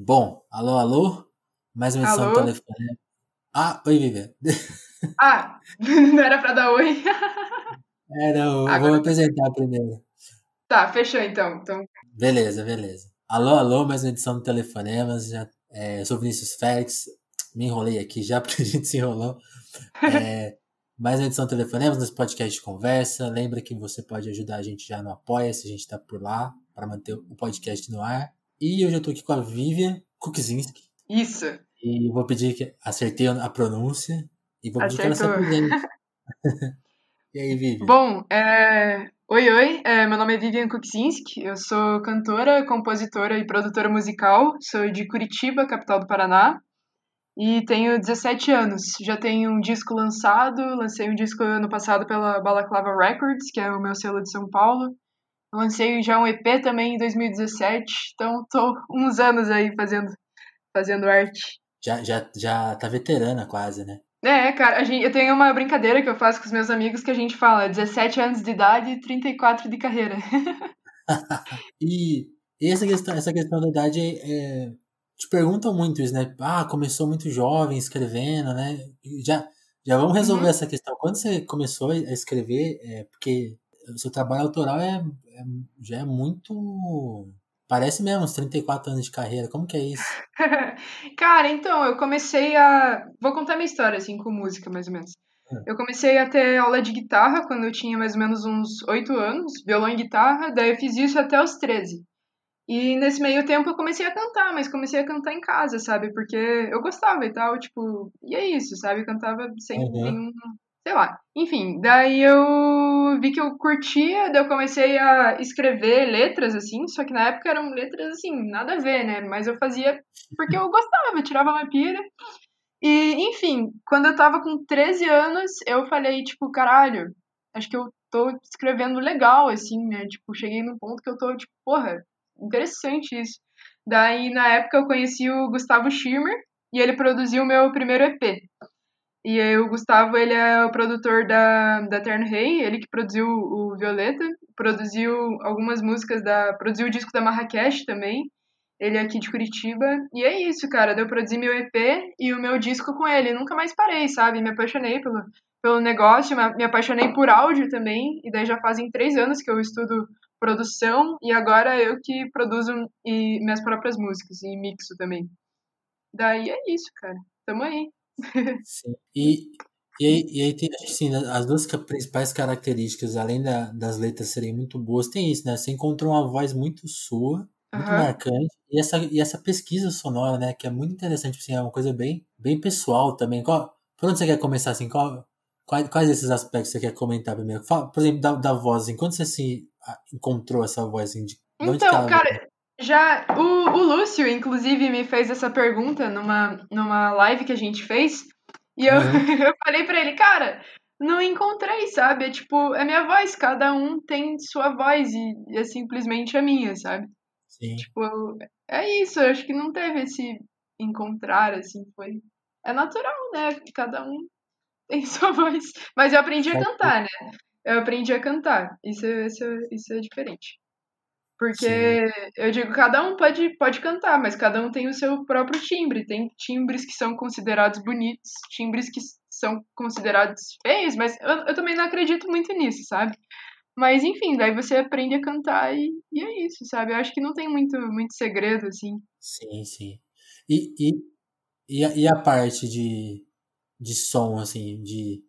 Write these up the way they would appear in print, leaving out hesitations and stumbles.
Bom, alô, alô? Mais uma edição do Alô? telefone. Ah, oi, Vivian. Ah, não era pra dar oi? Não, vou me Agora apresentar primeiro. tá, fechou então. Beleza, beleza. Alô, alô, mais uma edição do Telefonemas. Eu sou Vinícius Félix. Me enrolei aqui já porque a gente se enrolou. Mais uma edição do Telefonemas, nesse podcast de conversa. Lembra que você pode ajudar a gente já no Apoia-se, a gente tá por lá para manter o podcast no ar. E hoje eu tô aqui com a Vivian Kuczynski. Isso, E vou pedir que acertei a pronúncia. E vou pedir que ela se acertou. apresente. E aí, Vivian? Bom, oi, meu nome é Vivian Kuczynski, eu sou cantora, compositora e produtora musical, sou de Curitiba, capital do Paraná, e tenho 17 anos. Já tenho um disco lançado, lancei um disco ano passado pela Balaclava Records, que é o meu selo de São Paulo. Lancei já um EP também em 2017, então tô uns anos aí fazendo arte. Já tá veterana quase, né? Cara, eu tenho uma brincadeira que eu faço com os meus amigos que a gente fala 17 anos de idade e 34 de carreira. E, e essa questão da idade, te perguntam muito isso, né? Ah, começou muito jovem escrevendo, né? Já vamos resolver Uhum. essa questão. Quando você começou a escrever, porque o seu trabalho autoral já é muito. Parece mesmo uns 34 anos de carreira. Como que é isso? Cara, então, eu comecei a. Vou contar minha história, assim, com música, mais ou menos. Eu comecei a ter aula de guitarra quando eu tinha mais ou menos uns 8 anos, violão e guitarra, daí eu fiz isso até os 13. E nesse meio tempo eu comecei a cantar, mas comecei a cantar em casa, sabe? Porque eu gostava e tal, tipo, e é isso, sabe? Eu cantava sem Aham. nenhum, sei lá. Enfim, daí eu vi que eu curtia, daí eu comecei a escrever letras, assim, só que na época eram letras, assim, nada a ver, né? Mas eu fazia porque eu gostava, eu tirava uma pira. E, enfim, quando eu tava com 13 anos, eu falei, tipo, caralho, acho que eu tô escrevendo legal, assim, né? Tipo, cheguei num ponto que eu tô, tipo, porra, interessante isso. Daí, na época, eu conheci o Gustavo Schirmer e ele produziu o meu primeiro EP. E aí, o Gustavo, ele é o produtor da Terno Rei, ele que produziu o Violeta, produziu algumas músicas produziu o disco da Marrakech também. Ele é aqui de Curitiba. E é isso, cara. Daí eu produzi meu EP e o meu disco com ele. Nunca mais parei, sabe? Me apaixonei pelo negócio, me apaixonei por áudio também. E daí já fazem 3 anos que eu estudo produção e agora eu que produzo minhas próprias músicas e mixo também. Daí é isso, cara. Tamo aí. Sim. E aí tem, acho que sim, as duas principais características, além das letras serem muito boas, tem isso, né? Você encontrou uma voz muito sua, muito Aham. marcante, e essa pesquisa sonora, né? Que é muito interessante, assim, é uma coisa bem pessoal também. Por onde você quer começar, assim? Quais desses aspectos você quer comentar primeiro? Por exemplo, da voz, assim, quando você encontrou essa voz, assim, de onde que Então, ela veio? cara, já o Lúcio, inclusive, me fez essa pergunta numa live que a gente fez, e eu, Aham, eu falei pra ele, cara, não encontrei, sabe? É tipo, é minha voz, cada um tem sua voz e é simplesmente a minha, sabe? sim. Tipo, é isso, eu acho que não teve esse encontrar, assim, foi. É natural, né? Cada um tem sua voz. Mas eu aprendi a Faz- cantar, né? Eu aprendi a cantar. Isso é diferente. Sim. Porque eu digo, cada um pode cantar, mas cada um tem o seu próprio timbre. Tem timbres que são considerados bonitos, timbres que são considerados feios, mas eu também não acredito muito nisso, sabe? Mas enfim, daí você aprende a cantar e é isso, sabe? Eu acho que não tem muito segredo, assim. Sim, sim. E, e, e a parte de som, assim,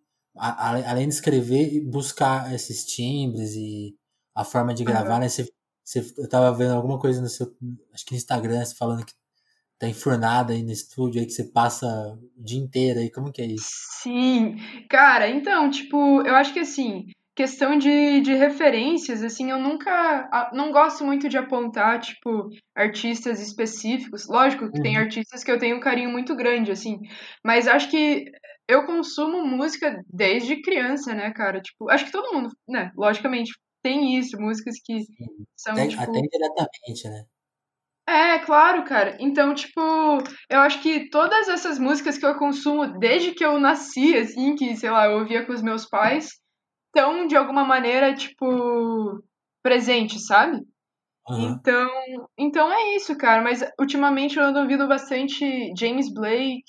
além de escrever, e buscar esses timbres e a forma de gravar, Aham. né? Eu tava vendo alguma coisa no seu, acho que no Instagram, você falando que tá enfurnada aí no estúdio, aí que você passa o dia inteiro aí, como que é isso? Sim, cara, então, tipo, eu acho que assim, questão de referências, assim, eu nunca, não gosto muito de apontar, tipo, artistas específicos. Lógico que tem Uhum. artistas que eu tenho um carinho muito grande, assim, mas acho que eu consumo música desde criança, né, cara? Tipo, acho que todo mundo, né, logicamente, tem isso, músicas que Sim. são, Até tipo, indiretamente, né? claro, cara. Então, tipo, eu acho que todas essas músicas que eu consumo desde que eu nasci, assim, que, sei lá, eu ouvia com os meus pais, estão de alguma maneira, tipo, presentes, sabe? Aham. Então, então é isso, cara. Mas ultimamente eu ando ouvindo bastante James Blake.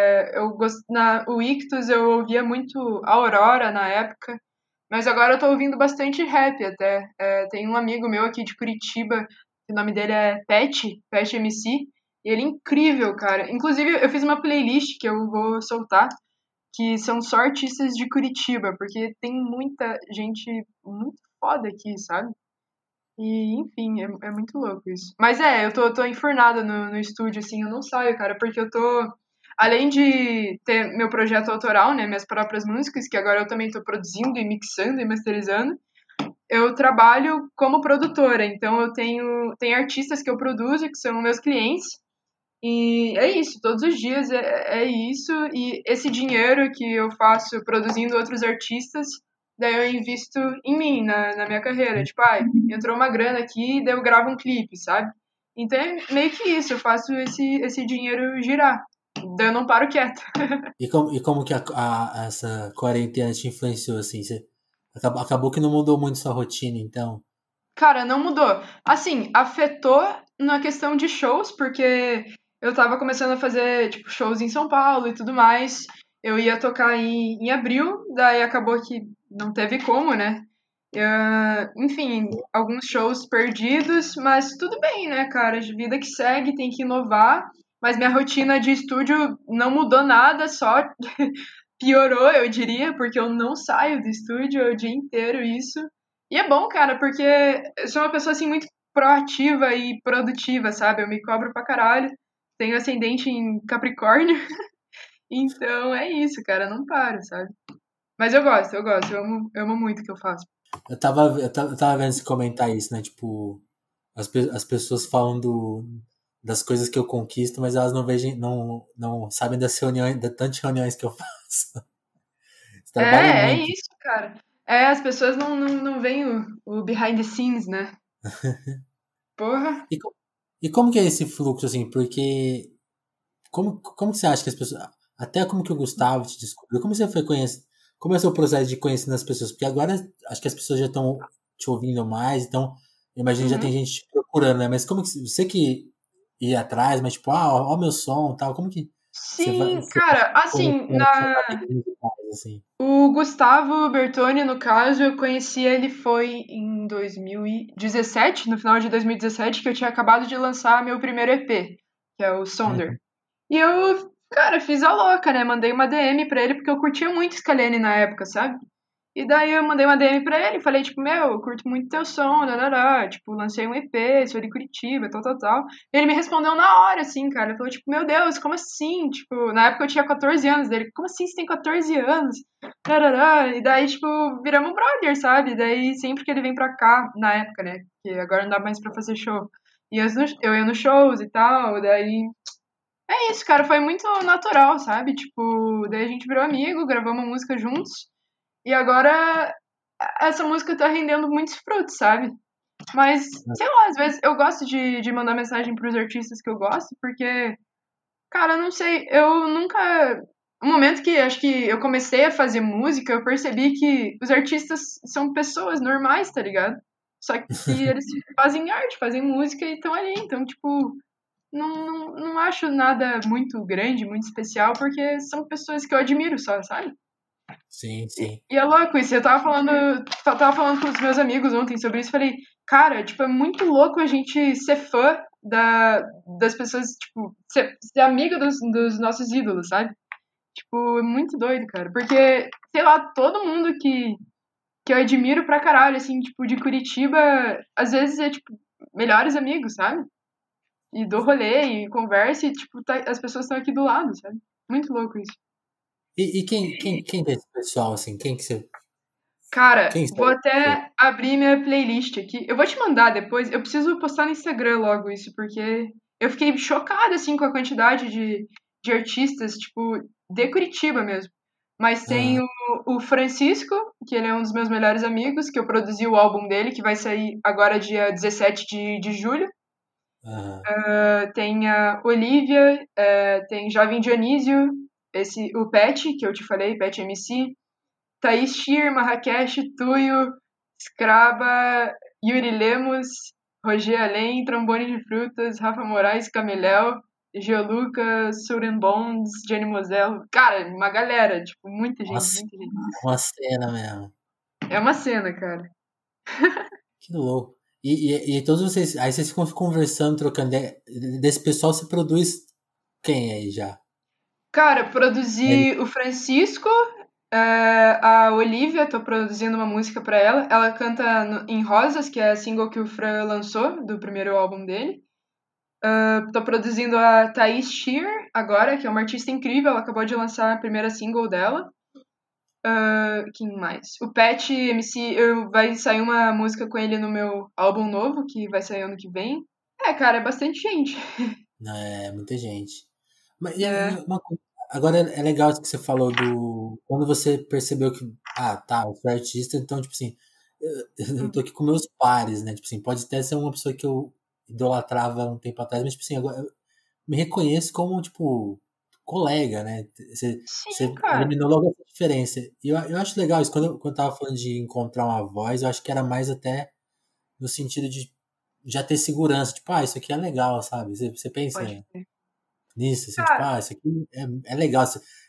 O Ictus eu ouvia muito Aurora na época. Mas agora eu tô ouvindo bastante rap até. Tem um amigo meu aqui de Curitiba, que o nome dele é Pet MC. E ele é incrível, cara. Inclusive, eu fiz uma playlist que eu vou soltar, que são só artistas de Curitiba, porque tem muita gente muito foda aqui, sabe? E, enfim, é muito louco isso. Mas eu tô enfurnada no estúdio, assim, eu não saio, cara, porque eu tô. Além de ter meu projeto autoral, né, minhas próprias músicas, que agora eu também tô produzindo e mixando e masterizando, eu trabalho como produtora. Então eu tenho artistas que eu produzo, que são meus clientes, e é isso, todos os dias é isso, e esse dinheiro que eu faço produzindo outros artistas, daí eu invisto em mim, na minha carreira. Tipo, entrou uma grana aqui, daí eu gravo um clipe, sabe? Então é meio que isso, eu faço esse dinheiro girar. Daí eu não paro quieta. E como que essa quarentena te influenciou, assim? Você acabou que não mudou muito sua rotina, então. Cara, não mudou. Assim, afetou na questão de shows, porque eu tava começando a fazer, tipo, shows em São Paulo e tudo mais. Eu ia tocar em abril, daí acabou que não teve como, né? Enfim, alguns shows perdidos, mas tudo bem, né, cara? Vida que segue, tem que inovar. Mas minha rotina de estúdio não mudou nada, só piorou, eu diria, porque eu não saio do estúdio o dia inteiro, isso. E é bom, cara, porque eu sou uma pessoa, assim, muito proativa e produtiva, sabe? Eu me cobro pra caralho. Tenho ascendente em Capricórnio, então é isso, cara, eu não paro, sabe? Mas eu gosto, eu amo muito o que eu faço. Eu tava vendo você comentar isso, né? Tipo, as pessoas falam das coisas que eu conquisto, mas elas não vejam, não sabem das reuniões, das tantas reuniões que eu faço. Você trabalha É muito. isso, cara. As pessoas não veem o behind the scenes, né? Porra. E, e como que é esse fluxo, assim? Porque como que você acha que as pessoas. Até como que o Gustavo te descobriu? Como você foi conhecer? Como é o seu processo de conhecendo as pessoas? Porque agora acho que as pessoas já estão te ouvindo mais, então eu imagino que já tem Uhum. gente te procurando, né? Mas como que você que ia atrás, mas tipo, ó meu som e tal, como que Sim, você cara, assim, conhecendo seus amigos musicais, assim? o Gustavo Bertoni, no caso, eu conheci ele foi em 2017, no final de 2017, que eu tinha acabado de lançar meu primeiro EP, que é o Sonder. Uhum. E eu, cara, fiz a louca, né? Mandei uma DM pra ele, porque eu curtia muito Scalene na época, sabe? E daí eu mandei uma DM pra ele, falei, tipo, meu, eu curto muito teu som, darará, tipo, lancei um EP, sou de Curitiba, tal, tal, tal. E ele me respondeu na hora, assim, cara, ele falou, tipo, meu Deus, como assim? Tipo, na época eu tinha 14 anos dele, como assim você tem 14 anos? Darará. E daí, tipo, viramos brother, sabe? E daí, sempre que ele vem pra cá, na época, né, que agora não dá mais pra fazer show, eu ia nos shows e tal, daí... É isso, cara, foi muito natural, sabe? Tipo, daí a gente virou amigo, gravamos música juntos, e agora essa música tá rendendo muitos frutos, sabe? Mas, sei lá, às vezes eu gosto de mandar mensagem pros artistas que eu gosto, porque, cara, eu não sei, eu nunca. Um momento que acho que eu comecei a fazer música, eu percebi que os artistas são pessoas normais, tá ligado? Só que eles fazem arte, fazem música e estão ali. Então, tipo, não acho nada muito grande, muito especial, porque são pessoas que eu admiro só, sabe? Sim, E, sim. e é louco isso. Eu tava falando com os meus amigos ontem sobre isso. Falei, cara, tipo, é muito louco a gente ser fã das pessoas, tipo, ser amiga dos nossos ídolos, sabe? Tipo, é muito doido, cara. Porque, sei lá, todo mundo que eu admiro pra caralho, assim, tipo, de Curitiba, às vezes é, tipo, melhores amigos, sabe? E dou rolê e conversa e, tipo, as pessoas estão aqui do lado, sabe? Muito louco isso. E quem que é esse pessoal, assim? Cara, Quem vou são? até abrir minha playlist aqui. Eu vou te mandar depois. Eu preciso postar no Instagram logo isso, porque eu fiquei chocada, assim, com a quantidade de artistas, tipo, de Curitiba mesmo. Mas tem Aham, o Francisco, que ele é um dos meus melhores amigos, que eu produzi o álbum dele, que vai sair agora dia 17 de julho. aham. Tem a Olivia, tem Jovem Dionísio, o Pet, que eu te falei, Pet MC. Thaís Shir, Marrakech, Tuyo, Scraba, Yuri Lemos. Roger Além, Trombone de Frutas, Rafa Moraes, Cameléu, Geoluca, Suren Bones, Jenny Mosel. Cara, uma galera, tipo, muita gente, Nossa, muita gente. uma cena mesmo. É uma cena, cara. Que louco. E todos vocês. Aí vocês ficam conversando, trocando ideia. Desse pessoal você produz quem aí já? Cara, Ele- produzi o Francisco, a Olivia, tô produzindo uma música pra ela. Ela canta em Rosas, que é a single que o Fran lançou, do primeiro álbum dele. Tô produzindo a Thaís Shear agora, que é uma artista incrível, ela acabou de lançar a primeira single dela. Quem mais? O Pat MC, vai sair uma música com ele no meu álbum novo, que vai sair ano que vem. É, cara, é bastante gente. Não, é muita gente. Mas e É. agora é legal isso que você falou do. Quando você percebeu que. Ah, tá, eu sou artista, então, tipo assim. Eu tô aqui com meus pares, né? Tipo assim, pode até ser uma pessoa que eu idolatrava um tempo atrás, mas, tipo assim, agora eu me reconheço como, tipo, colega, né? Você Sim, cara. eliminou logo essa diferença. E eu acho legal isso. Quando eu tava falando de encontrar uma voz, eu acho que era mais até no sentido de já ter segurança. Tipo, ah, isso aqui é legal, sabe? Você Pode pensa ser. nisso, assim, tipo, Cara, ah, isso aqui é legal.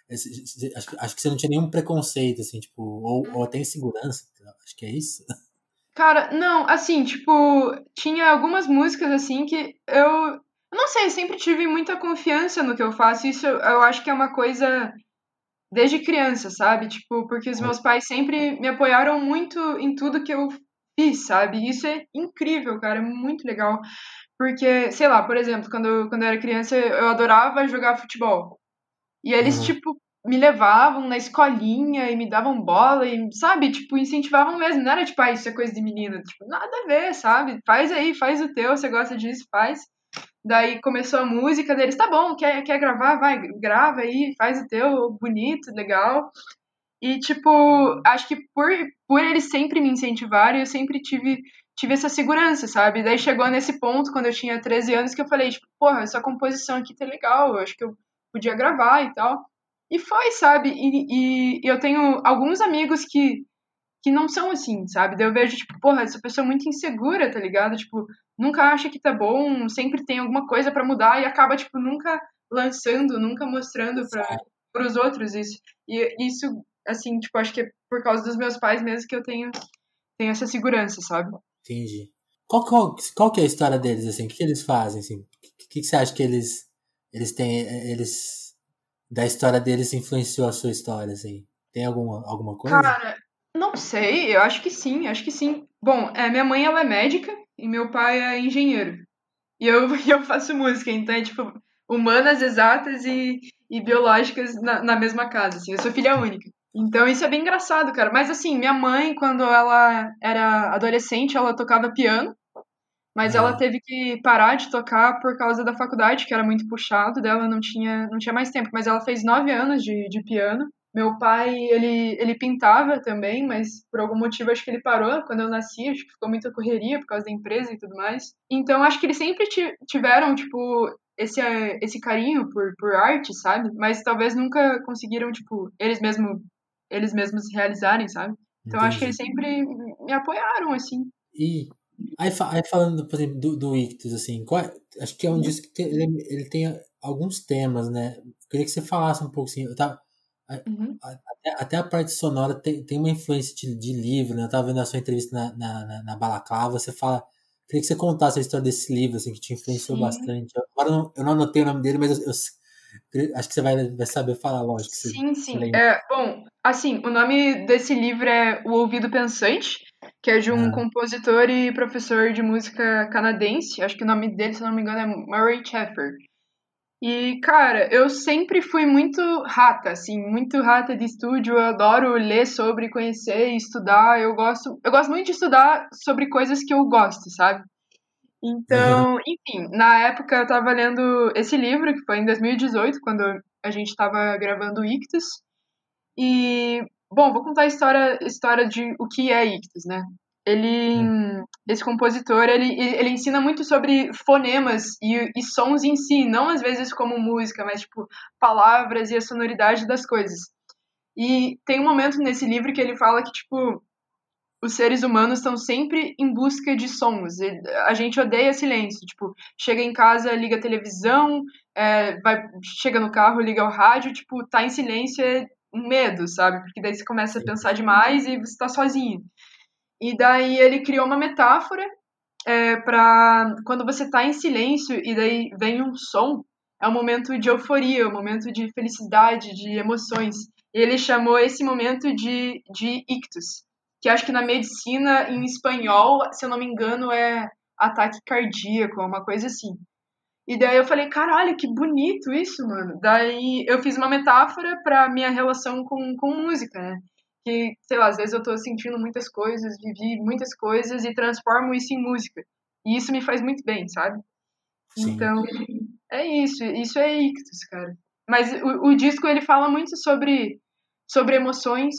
Acho que você não tinha nenhum preconceito, assim, tipo, ou tem segurança. Acho que é isso. cara, não, assim, tipo, tinha algumas músicas assim que eu não sei, sempre tive muita confiança no que eu faço. Isso eu acho que é uma coisa desde criança, sabe? Tipo, porque os meus pais sempre me apoiaram muito em tudo que eu fiz, sabe? Isso é incrível, cara, é muito legal. Porque, sei lá, por exemplo, quando eu era criança, eu adorava jogar futebol. E eles, Uhum. tipo, me levavam na escolinha e me davam bola e, sabe, tipo, incentivavam mesmo. Não era tipo, ah, isso é coisa de menina. Tipo, nada a ver, sabe? Faz aí, faz o teu, você gosta disso, faz. Daí começou a música deles, tá bom, quer gravar? Vai, grava aí, faz o teu, bonito, legal. E, tipo, acho que por eles sempre me incentivarem, eu sempre tive essa segurança, sabe? Daí chegou nesse ponto, quando eu tinha 13 anos, que eu falei, tipo, porra, essa composição aqui tá legal, eu acho que eu podia gravar e tal. E foi, sabe? E eu tenho alguns amigos que não são assim, sabe? Daí eu vejo, tipo, porra, essa pessoa é muito insegura, tá ligado? Tipo, nunca acha que tá bom, sempre tem alguma coisa pra mudar e acaba, tipo, nunca lançando, nunca mostrando pros outros isso. E isso, assim, tipo, acho que é por causa dos meus pais mesmo que eu tenho essa segurança, sabe? Entendi. Qual que é a história deles, assim? O que eles fazem, assim? O que você acha que eles têm, da história deles influenciou a sua história, assim? Tem alguma coisa? Cara, não sei, eu acho que sim, acho que sim. Bom, minha mãe, ela é médica e meu pai é engenheiro. E eu, e eu faço música, então é tipo humanas, exatas e biológicas na mesma casa, assim. Eu sou filha única. Então isso é bem engraçado, cara. Mas assim, minha mãe, quando ela era adolescente, ela tocava piano, mas ela Ah, teve que parar de tocar por causa da faculdade, que era muito puxado dela, não tinha mais tempo. Mas ela fez 9 anos de piano. Meu pai, ele pintava também, mas por algum motivo acho que ele parou quando eu nasci, acho que ficou muita correria por causa da empresa e tudo mais. Então acho que eles sempre tiveram, tipo, esse carinho por arte, sabe? Mas talvez nunca conseguiram, tipo, eles mesmos realizarem, sabe? Então acho que eles entendi. sempre me apoiaram, assim. E aí falando, por exemplo, do Ictus, assim, acho que é um disco que ele tem alguns temas, né? Eu queria que você falasse um pouco, assim, Uhum. até a parte sonora tem uma influência de livro, né? Eu tava vendo a sua entrevista na Balaclava, você fala, queria que você contasse a história desse livro, assim, que te influenciou Sim. bastante. Agora eu não anotei o nome dele, mas acho que você vai saber falar, lógico, que Sim, você sim. lembra. Bom, assim, o nome desse livro é O Ouvido Pensante, que é de um Ah, compositor e professor de música canadense. Acho que o nome dele, se eu não me engano, é Murray Schafer. E, cara, eu sempre fui muito rata, assim, muito rata de estúdio. Eu adoro ler sobre, conhecer e estudar. Eu gosto muito de estudar sobre coisas que eu gosto, sabe? Então, enfim, na época eu tava lendo esse livro, que foi em 2018, quando a gente tava gravando o Ictus. E, bom, vou contar a história de o que é Ictus, né? Esse compositor, ele ensina muito sobre fonemas e sons em si, não às vezes como música, mas tipo palavras e a sonoridade das coisas. E tem um momento nesse livro que ele fala que, tipo, os seres humanos estão sempre em busca de sons. A gente odeia silêncio. Tipo, chega em casa, liga a televisão, chega no carro, liga o rádio, tipo, tá em silêncio é um medo, sabe? Porque daí você começa a Sim, pensar demais e você tá sozinho. E daí ele criou uma metáfora para quando você tá em silêncio e daí vem um som, é um momento de euforia, um momento de felicidade, de emoções. E ele chamou esse momento de ictus, que acho que na medicina, em espanhol, se eu não me engano, é ataque cardíaco, uma coisa assim. E daí eu falei, caralho, que bonito isso, mano. Daí eu fiz uma metáfora pra minha relação com música, né? Que, sei lá, às vezes eu tô sentindo muitas coisas, vivi muitas coisas e transformo isso em música. E isso me faz muito bem, sabe? sim, Então, é isso é ictus, cara. Mas o disco, ele fala muito sobre emoções,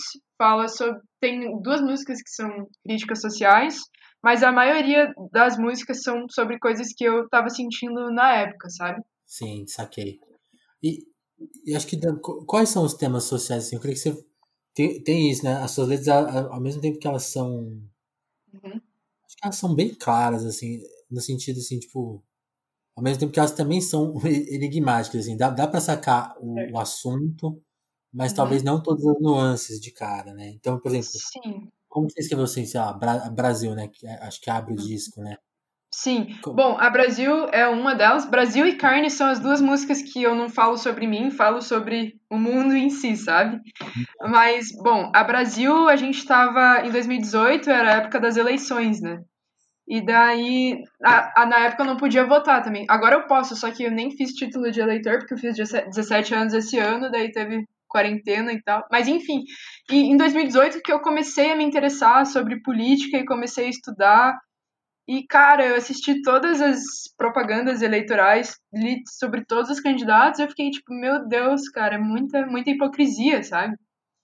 tem duas músicas que são críticas sociais, mas a maioria das músicas são sobre coisas que eu tava sentindo na época, sabe? sim, saquei. E, e acho que quais são os temas sociais, assim? Eu creio que você tem isso, né? As suas letras, ao mesmo tempo que elas são. Uhum. Acho que elas são bem claras, assim, no sentido, assim, tipo. Ao mesmo tempo que elas também são enigmáticas, assim. Dá pra sacar o Certo. assunto, mas talvez Uhum. não todas as nuances de cara, né? Então, por exemplo, Sim. como você escreveu assim, sei lá, Brasil, né? Acho que abre o disco, né? Sim. Co- Bom, a Brasil é uma delas. Brasil e Carne são as duas músicas que eu não falo sobre mim, falo sobre o mundo em si, sabe? Mas, bom, a Brasil, a gente estava em 2018, era a época das eleições, né? E daí, na época eu não podia votar também. Agora eu posso, só que eu nem fiz título de eleitor, porque eu fiz 17 anos esse ano, daí teve quarentena e tal. Mas enfim, e em 2018 que eu comecei a me interessar sobre política e comecei a estudar. E, cara, eu assisti todas as propagandas eleitorais, li sobre todos os candidatos, e eu fiquei tipo, meu Deus, cara, é muita hipocrisia, sabe?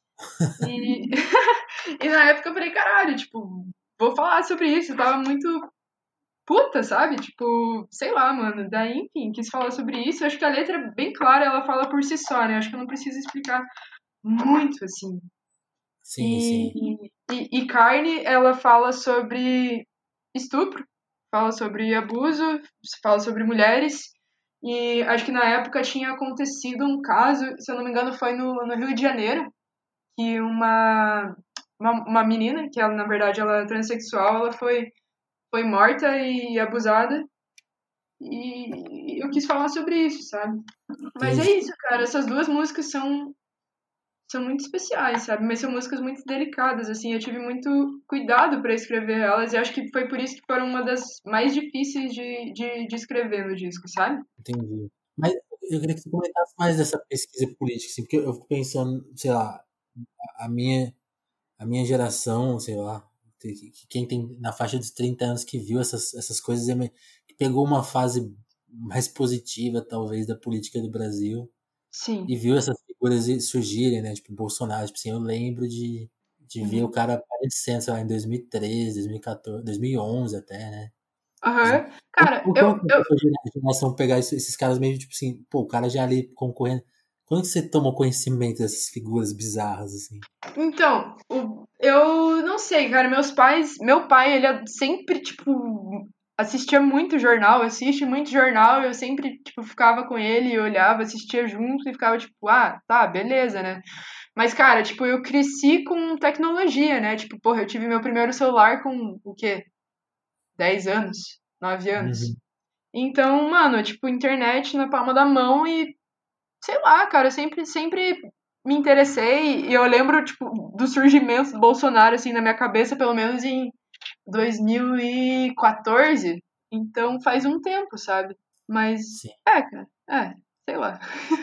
E, e na época eu falei, caralho, tipo, vou falar sobre isso. Eu tava muito puta, sabe? Tipo, sei lá, mano. Daí, enfim, quis falar sobre isso. Eu acho que a letra é bem clara, ela fala por si só, né? Acho que eu não preciso explicar muito, assim. Sim, sim. E Carne, ela fala sobre estupro, fala sobre abuso, fala sobre mulheres. E acho que na época tinha acontecido um caso, se eu não me engano, foi no Rio de Janeiro, que uma menina, que ela, na verdade ela é transexual, ela foi morta e abusada. E eu quis falar sobre isso, sabe? Mas é Entendi. isso, cara. Essas duas músicas são muito especiais, sabe? Mas são músicas muito delicadas, assim. Eu tive muito cuidado para escrever elas e acho que foi por isso que foram uma das mais difíceis de escrever no disco, sabe? Entendi. Mas eu queria que você comentasse mais dessa pesquisa política, assim, porque eu fico pensando, sei lá, a minha, a minha geração, sei lá, quem tem na faixa dos 30 anos que viu essas coisas, que pegou uma fase mais positiva, talvez, da política do Brasil Sim. e viu essas figuras surgirem, né? Tipo, Bolsonaro, tipo assim, eu lembro de ver o Uhum. cara aparecendo, sei lá, em 2013, 2014, 2011 até, né? Aham. Como, Cara, como que a sua geração pegar esses caras meio tipo assim, pô, o cara já ali concorrendo. Quando que você tomou conhecimento dessas figuras bizarras, assim? então, eu não sei, cara, meu pai, ele sempre, tipo, assistia muito jornal, assiste muito jornal, eu sempre, tipo, ficava com ele, e olhava, assistia junto e ficava, tipo, ah, tá, beleza, né? Mas, cara, tipo, eu cresci com tecnologia, né? Tipo, porra, eu tive meu primeiro celular com, o quê? 10 anos? 9 anos? Uhum. Então, mano, tipo, internet na palma da mão e sei lá, cara, eu sempre me interessei e eu lembro, tipo, do surgimento do Bolsonaro, assim, na minha cabeça, pelo menos em 2014. Então faz um tempo, sabe? Mas, Sim. cara, sei lá.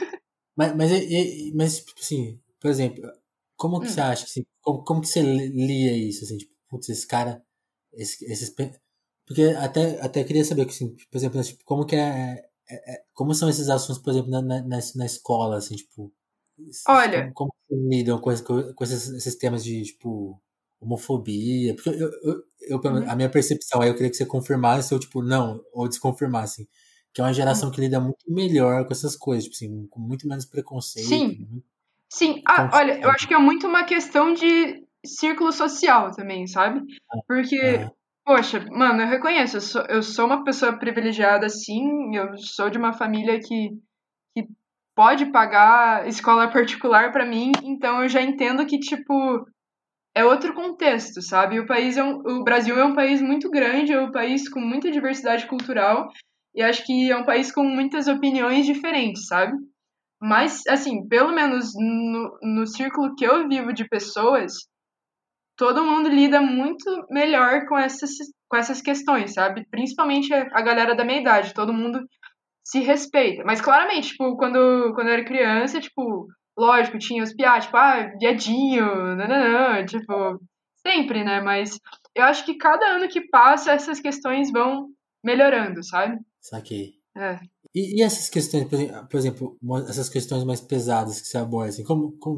Mas, tipo assim, por exemplo, como que você Hum, acha que assim, como que você lia isso, assim, tipo, putz, esse cara, porque até queria saber, assim, por exemplo, tipo, como que como são esses assuntos, por exemplo, na escola, assim, tipo, olha, como que lidam com esses temas de, tipo, homofobia? Porque pelo menos, uhum, a minha percepção, aí eu queria que você confirmasse ou, tipo, não, ou desconfirmasse, que é uma uhum. geração que lida muito melhor com essas coisas, tipo assim, com muito menos preconceito. Sim, sim. Como Ah, que você olha, eu vê? acho que é muito uma questão de círculo social também, sabe? Porque, Aham. poxa, mano, eu reconheço, eu sou uma pessoa privilegiada, sim, eu sou de uma família que pode pagar escola particular pra mim, então eu já entendo que, tipo, é outro contexto, sabe? O Brasil é um país muito grande, é um país com muita diversidade cultural, e acho que é um país com muitas opiniões diferentes, sabe? Mas, assim, pelo menos no círculo que eu vivo de pessoas, todo mundo lida muito melhor com essas questões, sabe? Principalmente a galera da minha idade, todo mundo se respeita. Mas claramente, tipo, quando eu era criança, tipo, lógico, tinha os piá, tipo, viadinho, nananã, tipo, sempre, né? Mas eu acho que cada ano que passa, essas questões vão melhorando, sabe? Saquei. É. E essas questões, por exemplo, essas questões mais pesadas que você aborda, assim,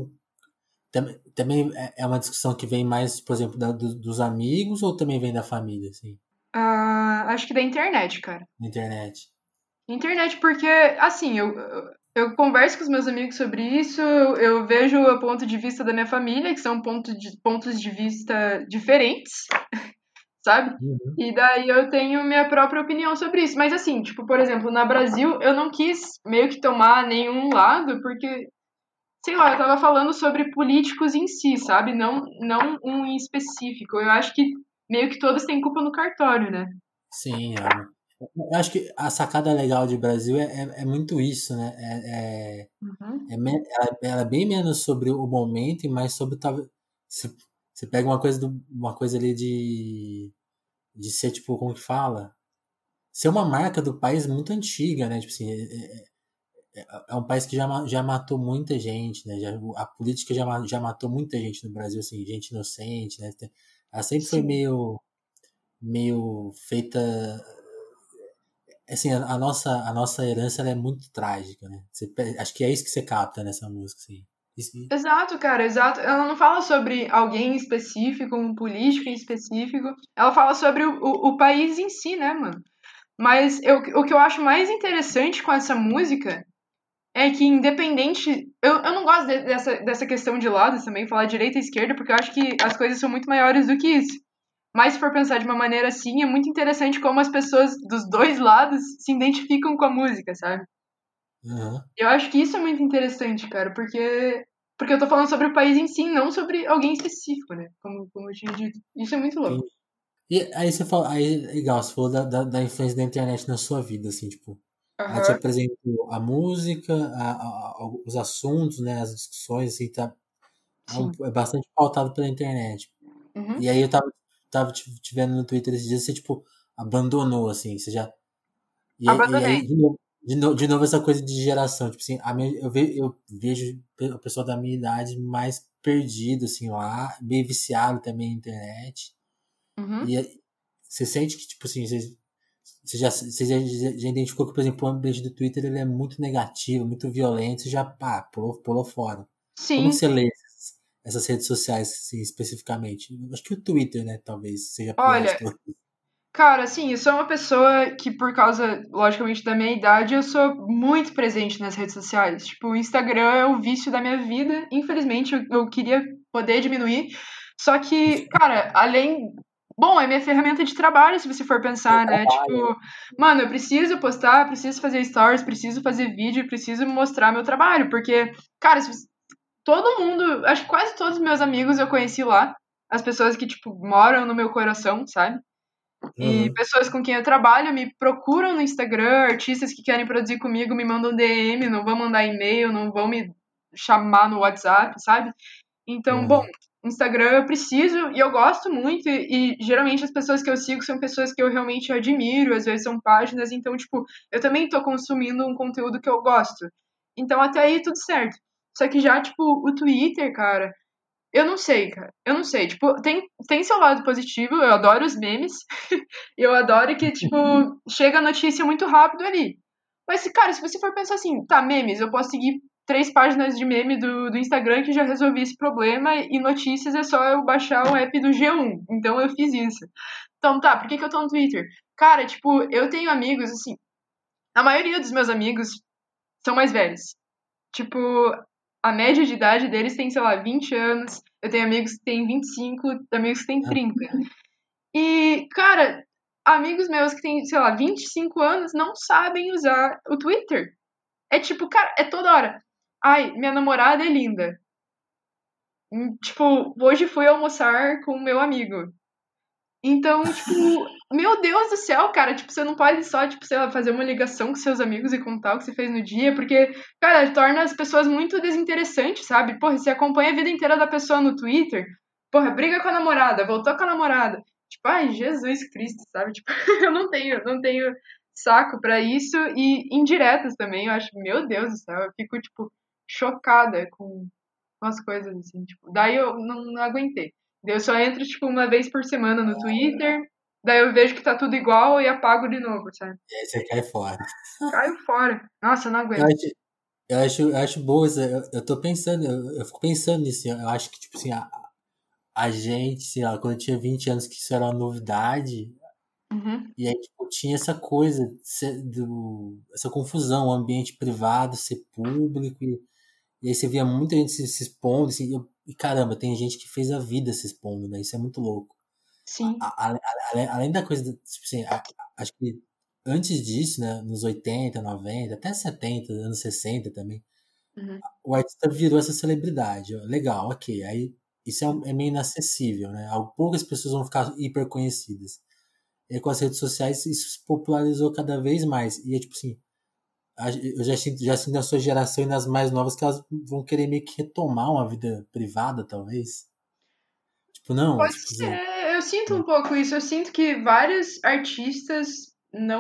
também é uma discussão que vem mais, por exemplo, dos amigos ou também vem da família, assim, Acho que da internet, cara. na internet? Internet, porque, assim, eu converso com os meus amigos sobre isso, eu vejo o ponto de vista da minha família, que são pontos de vista diferentes, sabe? Uhum. E daí eu tenho minha própria opinião sobre isso. Mas, assim, tipo, por exemplo, na Brasil, eu não quis meio que tomar nenhum lado, porque, sei lá, eu tava falando sobre políticos em si, sabe? Não um em específico. Eu acho que meio que todos têm culpa no cartório, né? Sim, eu acho que a sacada legal de Brasil é muito isso, né? Uhum. Ela é bem menos sobre o momento e mais sobre talvez. Você, você pega uma coisa ali de ser, tipo, como que fala? Ser uma marca do país muito antiga, né? Tipo assim, é um país que já matou muita gente, né? A política já matou muita gente no Brasil, assim, gente inocente, né? Ela sempre foi Sim. meio feita. Assim, a nossa herança ela é muito trágica, né? Acho que é isso que você capta nessa música, assim. Exato, cara, exato. Ela não fala sobre alguém específico, um político em específico. Ela fala sobre o país em si, né, mano? Mas o que eu acho mais interessante com essa música é que, independente. Eu não gosto dessa questão de lados também, falar direita e esquerda, porque eu acho que as coisas são muito maiores do que isso. Mas se for pensar de uma maneira assim, é muito interessante como as pessoas dos dois lados se identificam com a música, sabe? Aham. Eu acho que isso é muito interessante, cara, porque eu tô falando sobre o país em si, não sobre alguém específico, né? Como eu tinha dito. Isso é muito louco. Entendi. E aí você fala, aí, legal, você falou da influência da internet na sua vida, assim, tipo, ela te Aham. apresentou a música, os assuntos, né, as discussões, assim, Sim. é bastante pautado pela internet. Uhum. E aí eu tava te vendo no Twitter esses dias, você, tipo, abandonou, assim, você já. E Abandonei. aí, de novo, essa coisa de geração, tipo assim, eu vejo o pessoal da minha idade mais perdido, assim, lá, meio viciado também na internet. Uhum. E você sente que, tipo assim, você já identificou que, por exemplo, o ambiente do Twitter ele é muito negativo, muito violento, você já, pá, pulou fora. Como que Sim. você lê essas redes sociais, assim, especificamente? Eu acho que o Twitter, né, talvez seja a pior de Olha, todas. cara, assim, eu sou uma pessoa que, por causa, logicamente, da minha idade, eu sou muito presente nas redes sociais. Tipo, o Instagram é o vício da minha vida. Infelizmente, eu queria poder diminuir. Só que, cara, além. Bom, é minha ferramenta de trabalho, se você for É pensar, né? trabalho, Tipo, mano, eu preciso postar, preciso fazer stories, preciso fazer vídeo, preciso mostrar meu trabalho. Porque, cara, todo mundo, acho que quase todos os meus amigos eu conheci lá. As pessoas que, tipo, moram no meu coração, sabe? né? E Uhum. pessoas com quem eu trabalho me procuram no Instagram, artistas que querem produzir comigo me mandam DM, não vão mandar e-mail, não vão me chamar no WhatsApp, sabe? Então, bom, Uhum. Instagram eu preciso e eu gosto muito, e geralmente as pessoas que eu sigo são pessoas que eu realmente admiro, às vezes são páginas, então, tipo, eu também tô consumindo um conteúdo que eu gosto. Então, até aí tudo certo. Só que já, tipo, o Twitter, cara, eu não sei, cara. Eu não sei. Tipo, tem seu lado positivo, eu adoro os memes. Eu adoro que, tipo, chega a notícia muito rápido ali. Mas, cara, se você for pensar assim, tá, memes, eu posso seguir 3 páginas de meme do Instagram que já resolvi esse problema, e notícias é só eu baixar o app do G1. Então eu fiz isso. Então tá, por que eu tô no Twitter? Cara, tipo, eu tenho amigos, assim, a maioria dos meus amigos são mais velhos. Tipo, a média de idade deles tem, sei lá, 20 anos. Eu tenho amigos que têm 25, amigos que têm 30. E, cara, amigos meus que têm, sei lá, 25 anos não sabem usar o Twitter. É tipo, cara, é toda hora. Ai, minha namorada é linda. Tipo, hoje fui almoçar com o meu amigo. Então, tipo, meu Deus do céu, cara, tipo, você não pode só, tipo, sei lá, fazer uma ligação com seus amigos e contar o que você fez no dia, porque, cara, torna as pessoas muito desinteressantes, sabe? Porra, você acompanha a vida inteira da pessoa no Twitter, porra, briga com a namorada, voltou com a namorada. Tipo, ai, Jesus Cristo, sabe? Tipo, eu não tenho saco pra isso e indiretas também, eu acho, meu Deus do céu, eu fico, tipo, chocada com as coisas, assim, tipo, daí eu não aguentei. Daí eu só entro, tipo, uma vez por semana no Twitter, daí eu vejo que tá tudo igual e apago de novo, sabe? E aí você cai fora. Caio fora. Nossa, eu não Eu aguento. acho, eu acho boa, eu tô pensando, eu fico pensando nisso, eu acho que, tipo assim, a gente, sei lá, quando eu tinha 20 anos, que isso era uma novidade, Uhum. e aí, tipo, tinha essa coisa, essa confusão, o ambiente privado ser público, e aí você via muita gente se expondo, assim, e caramba, tem gente que fez a vida se expondo, né? Isso é muito louco. Sim. Além da coisa, tipo assim, acho que antes disso, né, nos 80 90 até 70 anos 60 também, Uhum. o artista virou essa celebridade. Ó, legal, ok. Aí isso é meio inacessível, né? Poucas pessoas vão ficar hiper conhecidas. E com as redes sociais isso se popularizou cada vez mais. E é tipo assim, eu já sinto na sua geração e nas mais novas que elas vão querer meio que retomar uma vida privada, talvez. Tipo, não, Pode tipo assim. ser. Eu sinto um pouco isso. Eu sinto que vários artistas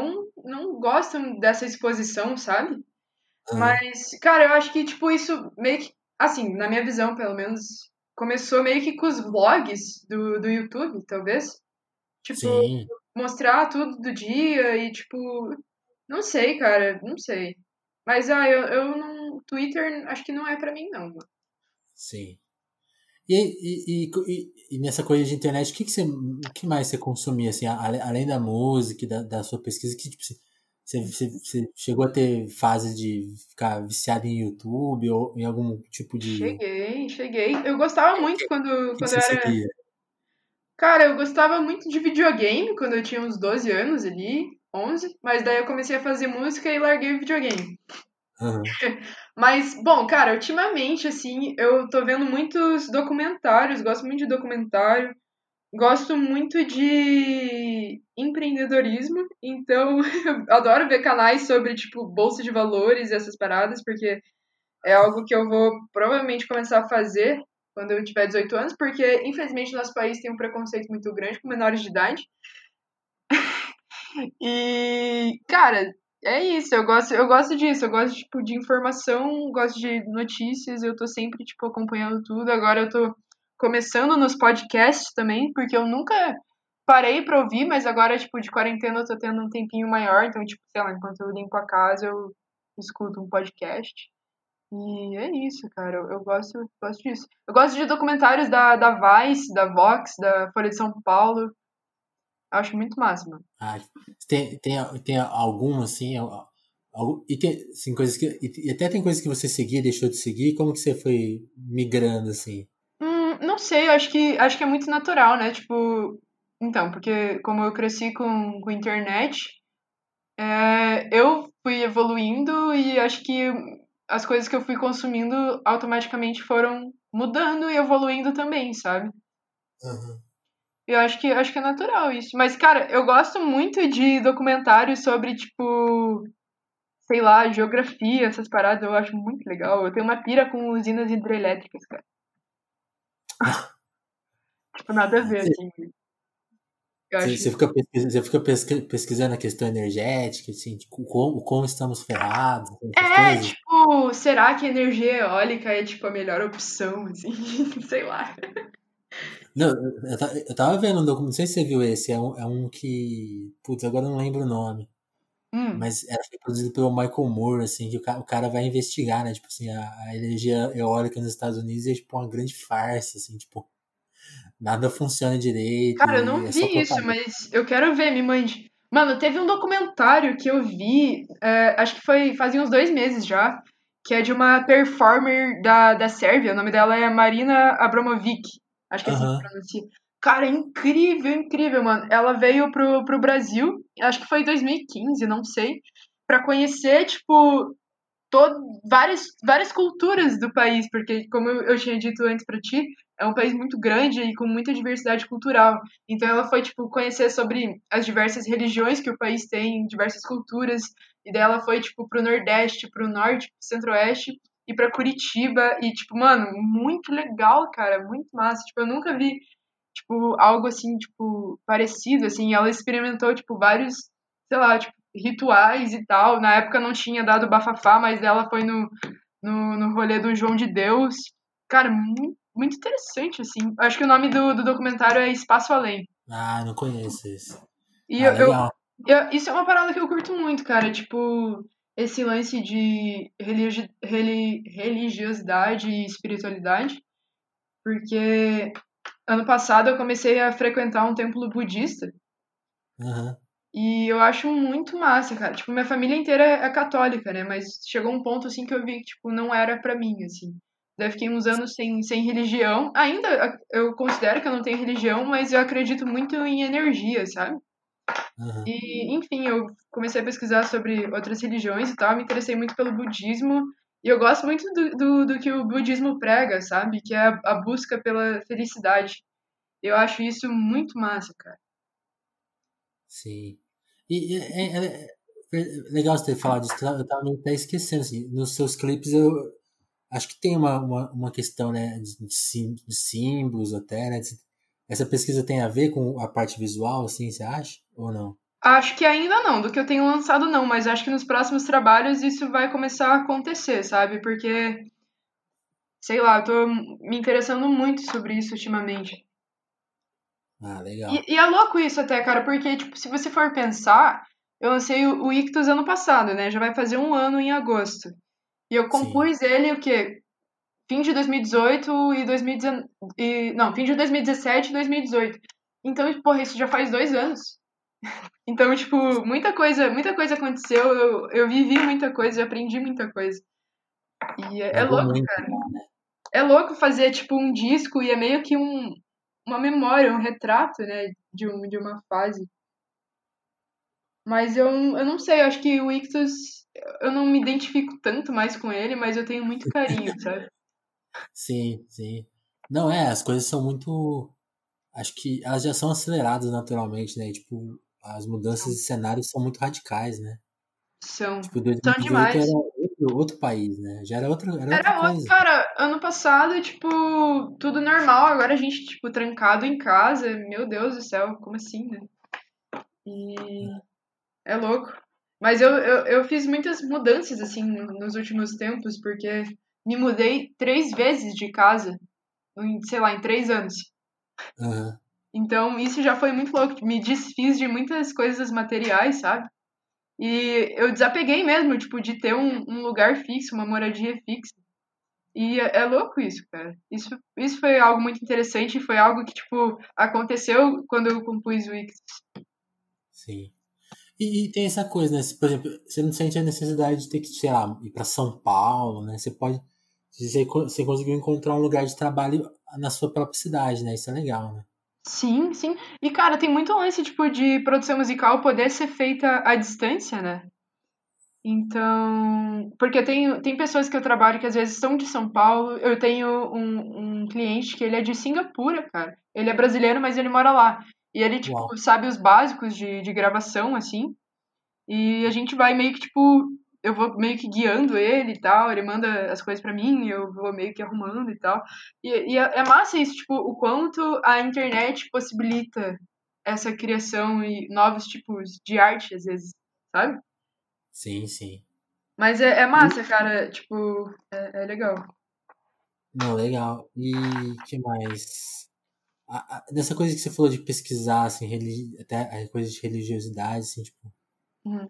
não gostam dessa exposição, sabe? Aham. Mas, cara, eu acho que, tipo, isso meio que, assim, na minha visão, pelo menos, começou meio que com os vlogs do YouTube, talvez. Tipo, Sim, mostrar tudo do dia e, tipo, não sei, cara, não sei. Mas, eu não. Twitter acho que não é pra mim, não, mano. sim. E nessa coisa de internet, o que mais você consumia, assim, além da música e da sua pesquisa, que tipo, você chegou a ter fase de ficar viciado em YouTube ou em algum tipo de. Cheguei. Eu gostava muito O que quando eu você era. seguia? Cara, eu gostava muito de videogame quando eu tinha uns 12 anos ali, 11. Mas daí eu comecei a fazer música e larguei o videogame. Aham. Mas, bom, cara, ultimamente, assim, eu tô vendo muitos documentários, gosto muito de documentário. Gosto muito de empreendedorismo, então eu adoro ver canais sobre, tipo, bolsa de valores e essas paradas, porque é algo que eu vou provavelmente começar a fazer quando eu tiver 18 anos, porque infelizmente nosso país tem um preconceito muito grande com menores de idade. E, cara, é isso, eu gosto disso, eu gosto, tipo, de informação, gosto de notícias, eu tô sempre, tipo, acompanhando tudo. Agora eu tô começando nos podcasts também, porque eu nunca parei pra ouvir, mas agora, tipo, de quarentena eu tô tendo um tempinho maior, então, tipo, sei lá, enquanto eu limpo a casa, eu escuto um podcast. E é isso, cara, eu gosto disso. Eu gosto de documentários da Vice, da Vox, da Folha de São Paulo. Eu acho muito massa, mano. Ah, tem algum, assim, e tem, assim, coisas que, e até tem coisas que você seguia, deixou de seguir, como que você foi migrando, assim? Não sei, eu acho que é muito natural, né? Tipo, então, porque como eu cresci com internet, eu fui evoluindo e acho que as coisas que eu fui consumindo automaticamente foram mudando e evoluindo também, sabe? Aham. Eu acho que é natural isso. Mas, cara, eu gosto muito de documentários sobre, tipo, sei lá, geografia, essas paradas, eu acho muito legal. Eu tenho uma pira com usinas hidrelétricas, cara. Tipo, nada a ver, assim. Eu Você, acho. você fica pesquisando, pesquisando a questão energética, assim, tipo, como estamos ferrados, essas coisas? Tipo, será que a energia eólica é, tipo, a melhor opção, assim? Sei lá. Não, eu tava vendo um documento, não sei se você viu esse, é um que, putz, agora eu não lembro o nome, Hum. mas foi produzido pelo Michael Moore, assim, que o cara vai investigar, né, tipo assim, a energia eólica nos Estados Unidos é, tipo, uma grande farsa, assim, tipo, nada funciona direito Cara, eu e não é só vi isso, propaganda. mas eu quero ver, me mande. Mano, teve um documentário que eu vi, acho que foi fazia uns 2 meses já, que é de uma performer da Sérvia. O nome dela é Marina Abramovic. Acho que é assim que Aham. pronuncia. Cara, é incrível, incrível, mano. Ela veio pro Brasil, acho que foi em 2015, não sei, pra conhecer, tipo, várias culturas do país, porque, como eu tinha dito antes pra ti, é um país muito grande e com muita diversidade cultural. Então ela foi, tipo, conhecer sobre as diversas religiões que o país tem, diversas culturas, e daí ela foi, tipo, pro Nordeste, pro Norte, pro Centro-Oeste e pra Curitiba, e, tipo, mano, muito legal, cara, muito massa. Tipo, eu nunca vi, tipo, algo assim, tipo, parecido, assim, ela experimentou, tipo, vários, sei lá, tipo, rituais e tal. Na época não tinha dado bafafá, mas ela foi no rolê do João de Deus. Cara, muito, muito interessante, assim. Acho que o nome do documentário é Espaço Além. Ah, não conheço esse. E Ah, legal. isso é uma parada que eu curto muito, cara. Tipo, esse lance de religiosidade e espiritualidade. Porque ano passado eu comecei a frequentar um templo budista. Aham. E eu acho muito massa, cara. Tipo, minha família inteira é católica, né? Mas chegou um ponto, assim, que eu vi que, tipo, não era pra mim, assim. Daí eu fiquei uns anos sem religião. Ainda eu considero que eu não tenho religião, mas eu acredito muito em energia, sabe? Aham. E, enfim, eu comecei a pesquisar sobre outras religiões e tal. Me interessei muito pelo budismo. E eu gosto muito do que o budismo prega, sabe? Que é a busca pela felicidade. Eu acho isso muito massa, cara. Sim. E é legal você ter falado disso, que eu tava meio até esquecendo, assim, nos seus clipes eu acho que tem uma questão, né, de símbolos até, né, essa pesquisa tem a ver com a parte visual, assim, você acha? Ou não? Acho que ainda não, do que eu tenho lançado não, mas acho que nos próximos trabalhos isso vai começar a acontecer, sabe? Porque, sei lá, eu tô me interessando muito sobre isso ultimamente. Ah, E, legal. e é louco isso até, cara, porque, tipo, se você for pensar, eu lancei o Ictus ano passado, né? Já vai fazer um ano em agosto. E eu Sim. compus ele, o quê? Fim de 2018 e 2019. Não, fim de 2017 e 2018. Então, porra, isso já faz 2 anos. Então, tipo, muita coisa aconteceu, eu vivi muita coisa, eu aprendi muita coisa. E é Mudou louco, muito. cara. É louco fazer, tipo, um disco e é meio que uma memória, um retrato, né, de uma fase. Mas eu não sei, eu acho que o Ictus, eu não me identifico tanto mais com ele, mas eu tenho muito carinho, sabe? Sim, sim. Não, as coisas são muito. Acho que elas já são aceleradas naturalmente, né? Tipo, as mudanças São, de cenário são muito radicais, né? são, Tipo, são 2018 era demais. outro país, né? Já era outra Era outro, coisa. cara, ano passado, tipo, tudo normal, agora a gente, tipo, trancado em casa, meu Deus do céu, como assim, né? E é louco. Mas eu fiz muitas mudanças, assim, nos últimos tempos, porque me mudei 3 vezes de casa, sei lá, em 3 anos. Aham. Então, isso já foi muito louco. Me desfiz de muitas coisas materiais, sabe? E eu desapeguei mesmo, tipo, de ter um lugar fixo, uma moradia fixa. E é louco isso, cara. Isso foi algo muito interessante e foi algo que, tipo, aconteceu quando eu compus o Wix. Sim. E tem essa coisa, né? Por exemplo, você não sente a necessidade de ter que, sei lá, ir para São Paulo, né? Você pode. Você conseguiu encontrar um lugar de trabalho na sua própria cidade, né? Isso é legal, né? Sim, sim. E, cara, tem muito lance, tipo, de produção musical poder ser feita à distância, né? Então, porque tem pessoas que eu trabalho que às vezes são de São Paulo. Eu tenho um cliente que ele é de Singapura, cara. Ele é brasileiro, mas ele mora lá. E ele, Uau. tipo, sabe os básicos de gravação, assim. E a gente vai meio que, tipo, eu vou meio que guiando ele e tal. Ele manda as coisas pra mim, eu vou meio que arrumando e tal. E é massa isso, tipo, o quanto a internet possibilita essa criação e novos tipos de arte, às vezes, sabe? Sim, sim. Mas é massa, cara. Tipo, é legal. Não, legal. E que mais? Dessa coisa que você falou de pesquisar, assim, até a coisa de religiosidade, assim, tipo. Uhum.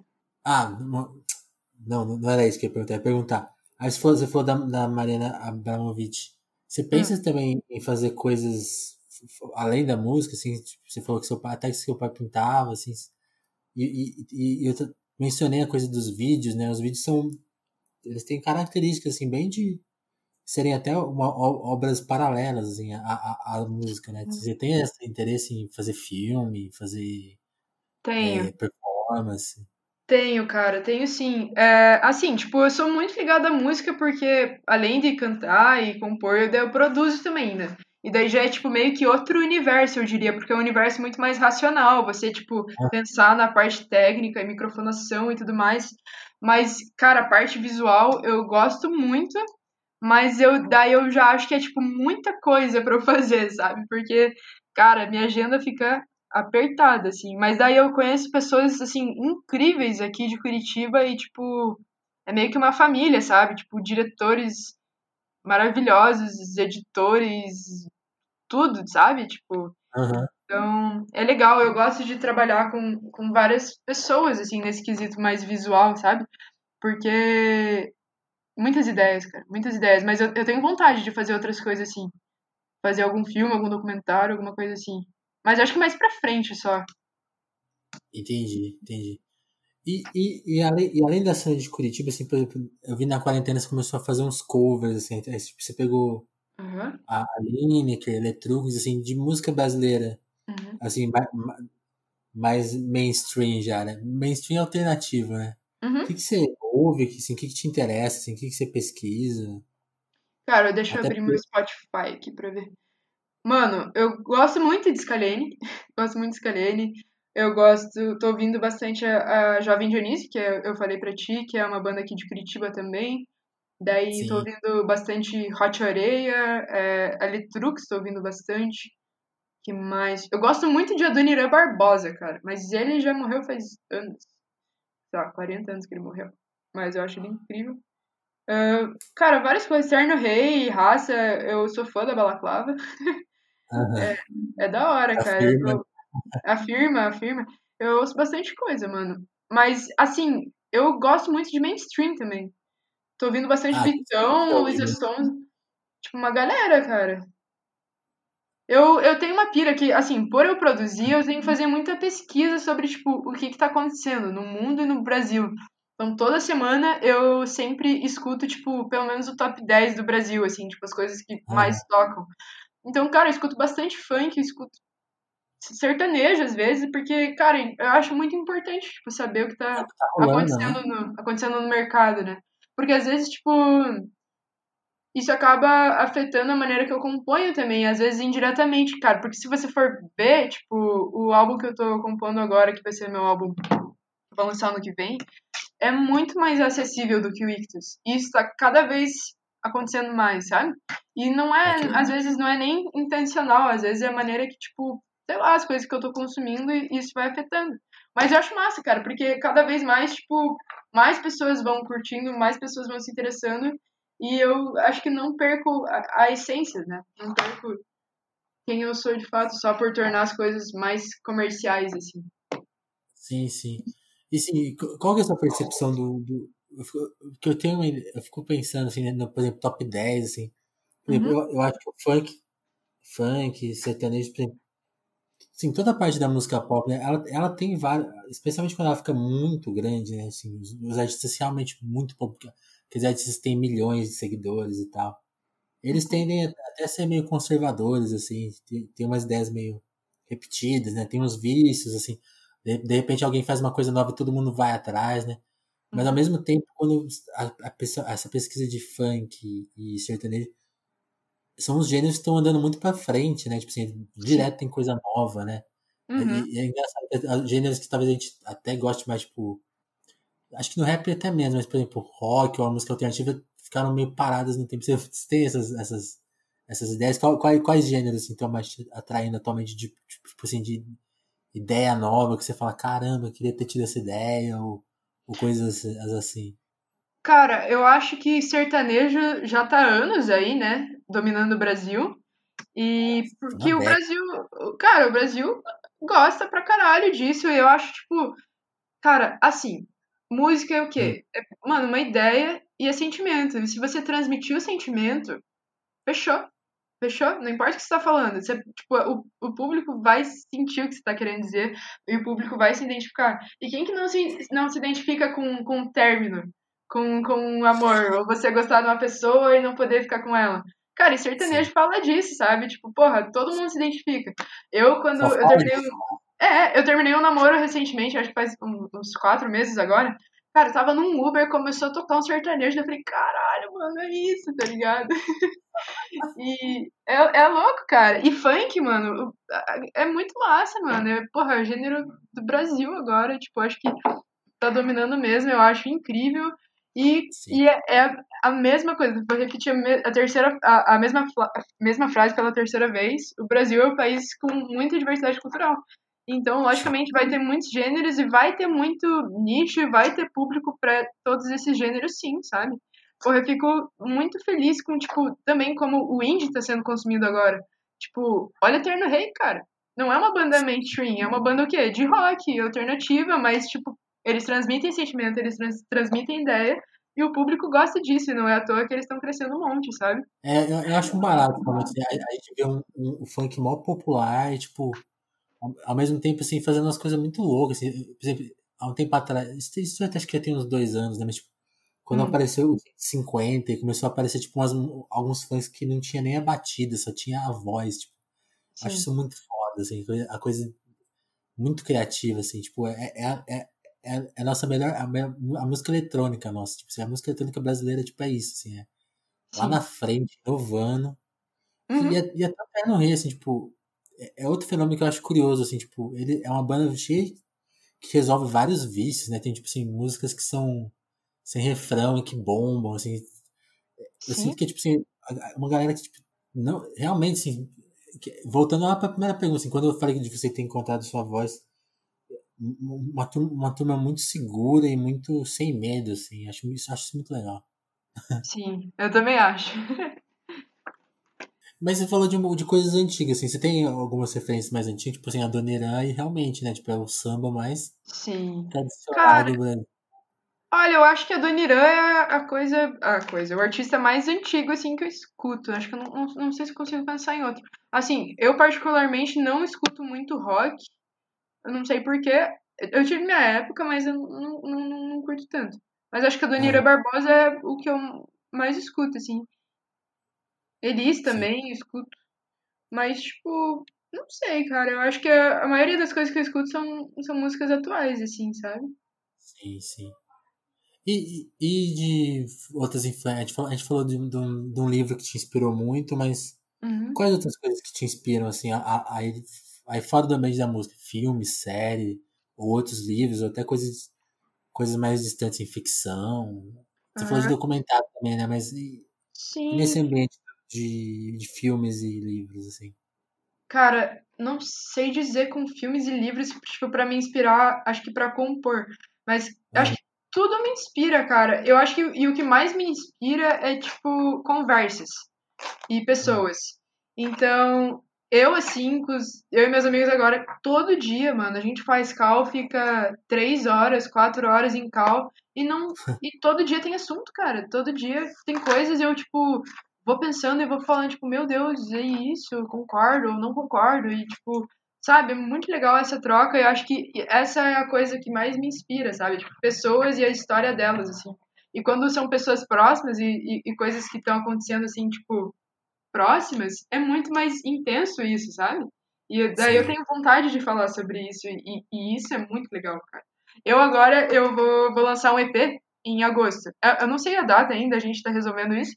Não era isso que eu ia perguntar. Eu ia perguntar. Aí você falou da Mariana Abramovic. Você Uhum. pensa também em fazer coisas além da música, assim, tipo, você falou que seu pai, até que seu pai pintava, assim, e eu mencionei a coisa dos vídeos, né? Os vídeos são eles têm características, assim, bem de serem até obras paralelas, assim, à música, né? Você tem esse interesse em fazer filme, fazer Tenho. performance? Tenho, cara, tenho sim. Assim, tipo, eu sou muito ligada à música porque, além de cantar e compor, eu produzo também, né? E daí já é, tipo, meio que outro universo, eu diria, porque é um universo muito mais racional, você, tipo, pensar na parte técnica e microfonação e tudo mais. Mas, cara, a parte visual eu gosto muito, mas daí eu já acho que é, tipo, muita coisa pra eu fazer, sabe? Porque, cara, minha agenda fica apertada, assim. Mas daí eu conheço pessoas, assim, incríveis aqui de Curitiba e, tipo, é meio que uma família, sabe? Tipo, diretores maravilhosos, editores, tudo, sabe? Tipo, Aham. então é legal. Eu gosto de trabalhar com várias pessoas, assim, nesse quesito mais visual, sabe? Porque muitas ideias, cara, muitas ideias. Mas eu tenho vontade de fazer outras coisas assim. Fazer algum filme, algum documentário, alguma coisa assim. Mas acho que mais pra frente só. Entendi, entendi. E além da cena de Curitiba, assim, por exemplo, eu vi na quarentena você começou a fazer uns covers, assim, aí, tipo, você pegou Uhum, a Lineker, Eletrux, assim, de música brasileira, uhum, assim, mais mainstream já, né? Mainstream alternativo, né? O uhum. que que você ouve, assim, o que que te interessa, assim, o que que você pesquisa? Cara, deixa eu Até abrir meu porque... Spotify aqui pra ver. Mano, eu gosto muito de Scalene. Gosto muito de Scalene. Eu gosto, tô ouvindo bastante a Jovem Dionísio, que eu falei pra ti, que é uma banda aqui de Curitiba também. Daí tô Sim. ouvindo bastante Hot Oreia, Aletrux tô ouvindo bastante. Que mais? Eu gosto muito de Adoniran Barbosa, cara, mas ele já morreu faz anos. Sei lá, 40 anos que ele morreu. Mas eu acho ele incrível. Cara, várias coisas. Terno Rei, Raça, eu sou fã da Balaclava. Aham. É da hora, cara. Afirma. Afirma, afirma. Eu ouço bastante coisa, mano. Mas, assim, eu gosto muito de mainstream também. Tô ouvindo bastante Ah, que você Vitão, ouve, Luísa né? Sons, tipo, uma galera, cara. Eu tenho uma pira que, assim, por eu produzir, eu tenho que fazer muita pesquisa sobre, tipo, o que que tá acontecendo no mundo e no Brasil. Então, toda semana eu sempre escuto, tipo, pelo menos o top 10 do Brasil, assim, tipo, as coisas que mais Aham. tocam. Então, cara, eu escuto bastante funk, eu escuto sertanejo às vezes, porque, cara, eu acho muito importante, tipo, saber o que É tá o que tá rolando, né? acontecendo no mercado, né? Porque às vezes, tipo, isso acaba afetando a maneira que eu componho também, às vezes indiretamente, cara, porque se você for ver, tipo, o álbum que eu tô compondo agora, que vai ser meu álbum que vai lançar no que vem, é muito mais acessível do que o Ictus. E isso tá cada vez acontecendo mais, sabe? E não é, Saquei. às vezes não é nem intencional, às vezes é a maneira que, tipo, sei lá, as coisas que eu tô consumindo e isso vai afetando. Mas eu acho massa, cara, porque cada vez mais, tipo, mais pessoas vão curtindo, mais pessoas vão se interessando e eu acho que não perco a essência, né? Não perco quem eu sou de fato só por tornar as coisas mais comerciais, assim. Sim, sim. E sim, qual que é a sua percepção que eu tenho, eu fico pensando assim, né, no, por exemplo, top 10 assim. Por exemplo, Uhum, eu acho que o funk, sertanejo, por exemplo, sim, toda a parte da música pop, né, ela tem vários, especialmente quando ela fica muito grande, né, assim, os artistas realmente muito pop, aqueles artistas têm milhões de seguidores e tal. Eles uhum, tendem até a ser meio conservadores, assim, tem umas ideias meio repetidas, né? Tem uns vícios, assim. De repente alguém faz uma coisa nova e todo mundo vai atrás, né? Mas ao uhum. mesmo tempo, quando essa pesquisa de funk e sertanejo são os gêneros que estão andando muito pra frente, né? Tipo assim, Sim. direto tem coisa nova, né? Uhum. E é engraçado, gêneros que talvez a gente até goste mais, tipo, acho que no rap até menos, mas, por exemplo, rock ou a música alternativa ficaram meio paradas no tempo. Você tem essas ideias? Quais gêneros assim, estão mais te atraindo atualmente de, tipo assim, de ideia nova que você fala, caramba, eu queria ter tido essa ideia, ou coisas assim. Cara, eu acho que sertanejo já tá há anos aí, né? Dominando o Brasil. E Uma porque o década. Brasil, cara, o Brasil gosta pra caralho disso. E eu acho, tipo, cara, assim, música é o Hum, quê? É, mano, uma ideia e é sentimento. E se você transmitir o sentimento, fechou. Fechou? Não importa o que você tá falando. Você, tipo, o público vai sentir o que você tá querendo dizer e o público vai se identificar. E quem que não se identifica com o término? com amor, ou você gostar de uma pessoa e não poder ficar com ela. Cara, e Sim. sertanejo fala disso, sabe? Tipo, porra, todo mundo se identifica. Eu, quando Só eu fala terminei disso. eu terminei um namoro recentemente, acho que faz uns 4 meses agora. Cara, eu tava num Uber, começou a tocar um sertanejo, eu falei, caralho, mano, é isso, tá ligado? E é louco, cara. E funk, mano, é muito massa, mano. Porra, é o gênero do Brasil agora, tipo, acho que tá dominando mesmo, eu acho incrível. Sim. E é a mesma coisa, vou repetir a terceira, a mesma frase pela terceira vez. O Brasil é um país com muita diversidade cultural. Então, Sim. logicamente, vai ter muitos gêneros e vai ter muito nicho e vai ter público pra todos esses gêneros, sim, sabe? Porra, eu fico muito feliz com, tipo, também como o indie tá sendo consumido agora. Tipo, olha Eterno Rei, cara. Não é uma banda mainstream, é uma banda o quê? De rock, alternativa, mas, tipo, eles transmitem sentimento, eles transmitem ideia, e o público gosta disso, e não é à toa que eles estão crescendo um monte, sabe? Eu acho um barato, realmente. A gente vê um funk mó popular e, tipo, ao mesmo tempo, assim, fazendo umas coisas muito loucas. Assim, por exemplo, há um tempo atrás, isso até acho que já tem uns 2 anos, né? Mas, tipo, quando Hum, apareceu o 50 e começou a aparecer, tipo, alguns fãs que não tinha nem a batida, só tinha a voz, tipo, acho sim. isso muito foda, assim, a coisa muito criativa, assim, tipo, é a nossa melhor, a música eletrônica nossa, tipo, assim, a música eletrônica brasileira, tipo, é isso, assim, lá na Sim. frente, inovando, Uhum. e até o Terno Rei, assim, tipo, é outro fenômeno que eu acho curioso, assim, tipo, ele é uma banda cheia que resolve vários vícios, né, tem, tipo, assim, músicas que são sem refrão e que bombam, assim, eu Sim. sinto que, tipo, assim, uma galera que, tipo, não, realmente, assim, voltando lá pra primeira pergunta, assim, quando eu falei de você ter encontrado sua voz, uma turma muito segura e muito sem medo, assim. Acho isso muito legal. Sim. Eu também acho. Mas você falou de coisas antigas, assim. Você tem algumas referências mais antigas? Tipo assim, a Dona Irã e realmente, né? Tipo, é o samba mais Sim. tradicional Cara, do Brasil. olha, eu acho que a Dona Irã é o artista mais antigo, assim, que eu escuto. Acho que eu não sei se consigo pensar em outro. Assim, eu particularmente não escuto muito rock. Eu não sei porquê. Eu tive minha época, mas eu não curto tanto. Mas acho que a Dona Ira Aham, Barbosa é o que eu mais escuto, assim. Elis sim, também eu escuto. Mas, tipo, não sei, cara. Eu acho que a maioria das coisas que eu escuto são músicas atuais, assim, sabe? sim, sim. E de outras influências? A gente falou de um livro que te inspirou muito, mas Uhum. quais outras coisas que te inspiram, assim, aí fora do ambiente da música? Filme, série, ou outros livros, ou até coisas mais distantes em ficção. Você falou de Aham. documentário também, né? Mas e Sim. nesse ambiente de filmes e livros, assim? Cara, não sei dizer com filmes e livros, tipo, pra me inspirar, acho que pra compor. Mas acho Aham, que tudo me inspira, cara. Eu acho que e o que mais me inspira é, tipo, conversas e hum. pessoas. Então, eu, assim, eu e meus amigos agora, todo dia, mano, a gente faz call, fica 3 horas, 4 horas em call, e todo dia tem assunto, cara. Todo dia tem coisas e eu, tipo, vou pensando e vou falando, tipo, meu Deus, é isso, eu concordo ou não concordo, e, tipo, sabe, é muito legal essa troca, e eu acho que essa é a coisa que mais me inspira, sabe? Tipo, pessoas e a história delas, assim. E quando são pessoas próximas e coisas que estão acontecendo, assim, tipo, próximas, é muito mais intenso isso, sabe? E daí eu Sim. tenho vontade de falar sobre isso, e isso é muito legal, cara. Eu agora, eu vou lançar um EP em agosto. Eu não sei a data ainda, a gente tá resolvendo isso,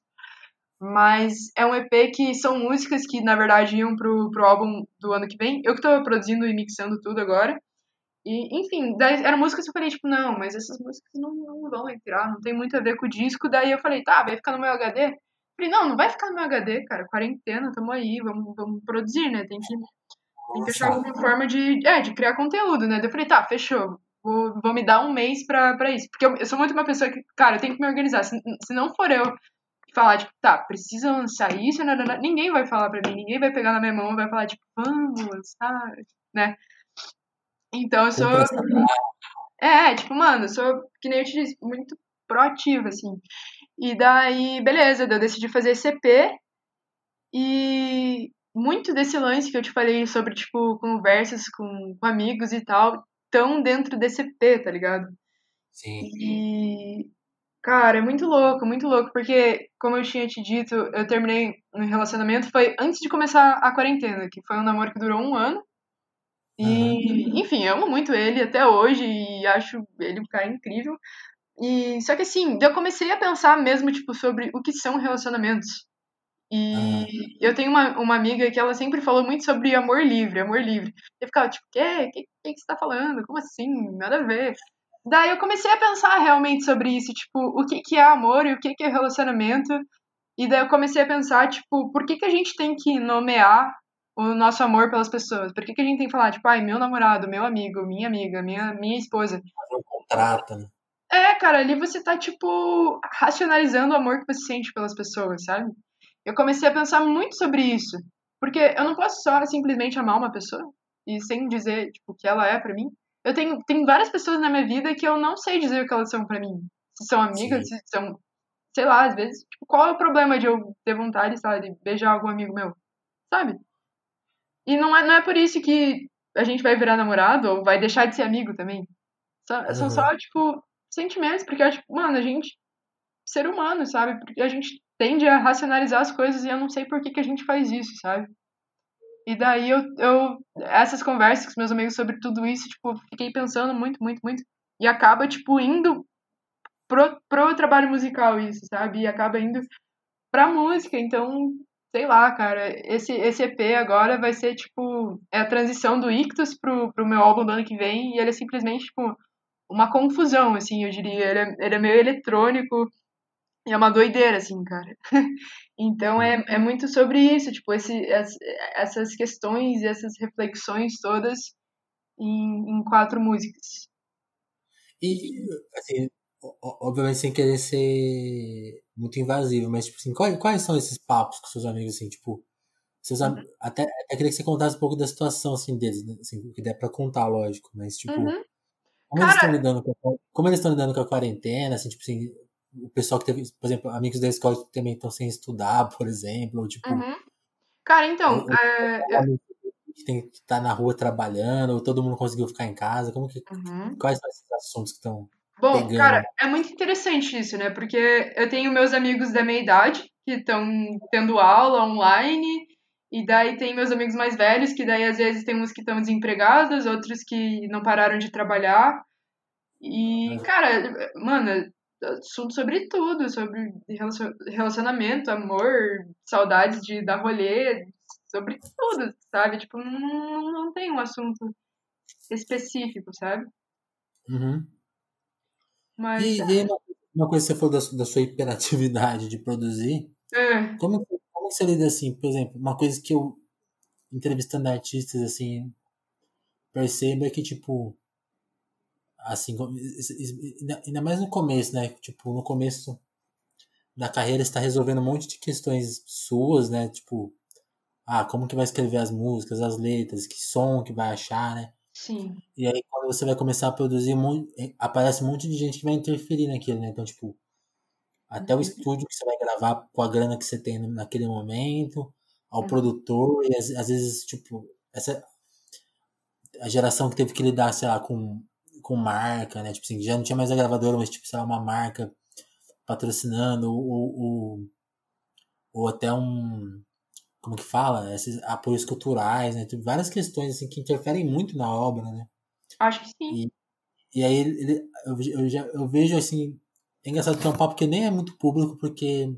mas é um EP que são músicas que, na verdade, iam pro álbum do ano que vem. Eu que tô produzindo e mixando tudo agora. E, enfim, daí eram músicas que eu falei, tipo, não, mas essas músicas não vão entrar, não tem muito a ver com o disco. Daí eu falei, tá, vai ficar no meu HD? Falei, não vai ficar no meu HD, cara, quarentena, tamo aí, vamos produzir, né? Tem Vou que achar lançar. alguma forma de criar conteúdo, né? Daí eu falei, tá, fechou. Vou me dar um mês pra isso. Porque eu sou muito uma pessoa que, cara, eu tenho que me organizar. Se não for eu falar, tipo, tá, precisa lançar isso, ninguém vai falar pra mim, ninguém vai pegar na minha mão e vai falar, tipo, vamos lançar, né? Então eu sou. Compra essa. Tipo, mano, eu sou, que nem eu te disse, muito proativa, assim. E daí, beleza, daí eu decidi fazer esse EP e muito desse lance que eu te falei sobre, tipo, conversas com amigos e tal, tão dentro desse EP, tá ligado? Sim. E Cara, é muito louco, porque, como eu tinha te dito, eu terminei um relacionamento, foi antes de começar a quarentena, que foi um namoro que durou 1 ano. Aham, E, enfim, eu amo muito ele até hoje e acho ele um cara incrível. E, só que assim, daí eu comecei a pensar mesmo, tipo, sobre o que são relacionamentos. E aham, eu tenho uma amiga que ela sempre falou muito sobre amor livre, amor livre. Eu ficava tipo, que você tá falando? Como assim? Nada a ver. Daí eu comecei a pensar realmente sobre isso, tipo, o que que é amor e o que que é relacionamento. E daí eu comecei a pensar, tipo, por que que a gente tem que nomear o nosso amor pelas pessoas? Por que que a gente tem que falar, tipo, ai, meu namorado, meu amigo, minha amiga, minha esposa? fazer um contrato, né? É, cara, ali você tá, tipo, racionalizando o amor que você sente pelas pessoas, sabe? Eu comecei a pensar muito sobre isso. Porque eu não posso só simplesmente amar uma pessoa e sem dizer, tipo, o que ela é pra mim. Tem várias pessoas na minha vida que eu não sei dizer o que elas são pra mim. Se são amigas, Sim. se são, sei lá, às vezes, tipo, qual é o problema de eu ter vontade, sabe, de beijar algum amigo meu, sabe? E não é por isso que a gente vai virar namorado ou vai deixar de ser amigo também. São Aham. só, tipo, sentimentos, porque, tipo, mano, a gente ser humano, sabe? Porque a gente tende a racionalizar as coisas e eu não sei por que que a gente faz isso, sabe? E daí essas conversas com os meus amigos sobre tudo isso, tipo, eu fiquei pensando muito, muito, muito. E acaba, tipo, indo pro trabalho musical isso, sabe? E acaba indo pra música. Então, sei lá, cara, esse EP agora vai ser, tipo, é a transição do Ictus pro meu álbum do ano que vem. E ele é simplesmente, tipo, uma confusão, assim, eu diria. Ele é meio eletrônico. E é uma doideira, assim, cara. Então é muito sobre isso, tipo, essas questões e essas reflexões todas em 4 músicas. E, assim, obviamente sem querer ser muito invasivo, mas, tipo assim, quais são esses papos com seus amigos, assim, tipo, Uhum. até queria que você contasse um pouco da situação, assim, deles, né? Assim, o que der pra contar, lógico, mas, tipo, Uhum. Cara, como eles estão lidando com a quarentena, assim, tipo assim, o pessoal que teve, por exemplo, amigos da escola que também estão sem estudar, por exemplo, ou, tipo, uhum. Cara, então, ou que tem que estar na rua trabalhando, ou todo mundo conseguiu ficar em casa, uhum. quais são esses assuntos que estão Bom, cara, pegando? é muito interessante isso, né? Porque eu tenho meus amigos da minha idade que estão tendo aula online, e daí tem meus amigos mais velhos, que daí às vezes tem uns que estão desempregados, outros que não pararam de trabalhar. E, cara, mano, assunto sobre tudo, sobre relacionamento, amor, saudades de dar rolê, sobre tudo, sabe? Tipo, não tem um assunto específico, sabe? Uhum. Mas, E aí uma coisa que você falou da sua hiperatividade de produzir, é, como que você lida assim, por exemplo, uma coisa que eu, entrevistando artistas, assim, percebo é que, tipo, assim, ainda mais no começo, né? Tipo, no começo da carreira você tá resolvendo um monte de questões suas, né? Tipo, como que vai escrever as músicas, as letras, que som que vai achar, né? sim. E aí quando você vai começar a produzir, aparece um monte de gente que vai interferir naquilo, né? Então, tipo, até o Uhum, estúdio que você vai gravar com a grana que você tem naquele momento, ao uhum, produtor, e às vezes, tipo, a geração que teve que lidar, sei lá, com marca, né? Tipo assim, já não tinha mais a gravadora, mas, tipo, sei lá, uma marca patrocinando, ou até como que fala? Esses apoios culturais, né? Tem várias questões, assim, que interferem muito na obra, né? acho que sim. E, e aí eu vejo, assim, é engraçado que é um papo que nem é muito público, porque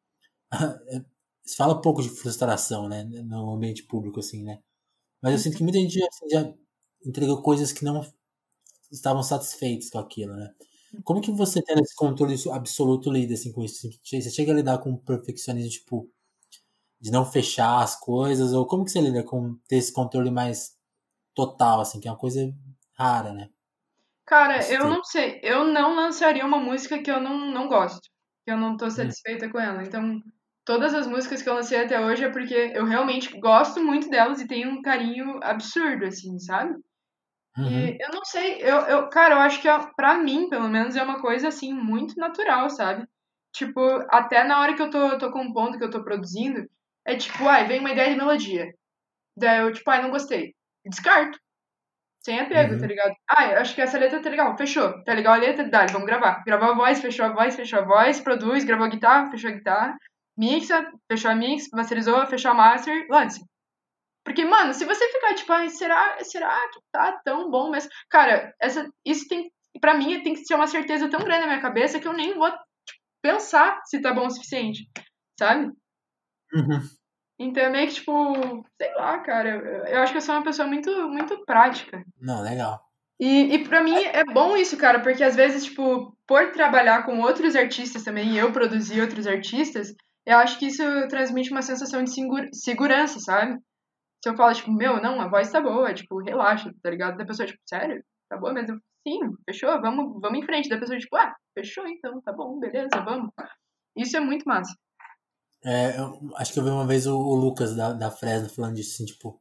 se fala pouco de frustração, né? No ambiente público, assim, né? Mas eu sinto que muita gente já entregou coisas que não estavam satisfeitos com aquilo, né? Como que você tendo esse controle absoluto lida assim com isso? Você chega a lidar com perfeccionismo, tipo, de não fechar as coisas, ou como que você lida com ter esse controle mais total, assim, que é uma coisa rara, né? De Cara, se eu ter. não sei. Eu não lançaria uma música que eu não gosto, que eu não tô Hum, satisfeita com ela. Então, todas as músicas que eu lancei até hoje é porque eu realmente gosto muito delas e tenho um carinho absurdo, assim, sabe? E Uhum, eu não sei, cara, eu acho que pra mim, pelo menos, é uma coisa, assim, muito natural, sabe? Tipo, até na hora que eu tô compondo, que eu tô produzindo, é tipo, ai, vem uma ideia de melodia. Daí eu, tipo, ai, não gostei. Descarto. Sem apego, tá Uhum. ligado? Ah, eu acho que essa letra tá legal. Fechou. Tá legal a letra? Dale, vamos gravar. Gravou a voz, fechou a voz, fechou a voz, produz, gravou a guitarra, fechou a guitarra, mixa, fechou a mix, masterizou, fechou a master, lance. Porque, mano, se você ficar tipo, ai, será que tá tão bom mesmo? Cara, isso tem, pra mim, tem que ser uma certeza tão grande na minha cabeça que eu nem vou pensar se tá bom o suficiente, sabe? Uhum. Então é meio que, tipo, sei lá, cara, eu acho que eu sou uma pessoa muito prática. Não, legal. E pra mim é bom isso, cara, porque às vezes, tipo, por trabalhar com outros artistas também, e eu produzir outros artistas, eu acho que isso transmite uma sensação de segurança, sabe? Se eu falo, tipo, meu, não, a voz tá boa, tipo, relaxa, tá ligado? Da pessoa, tipo, sério? Tá boa mesmo? Sim, fechou, vamos em frente. Da pessoa, tipo, ah, fechou então, tá bom, beleza, vamos. Isso é muito massa. Eu acho que eu vi uma vez o Lucas da Fresno falando disso, assim, tipo,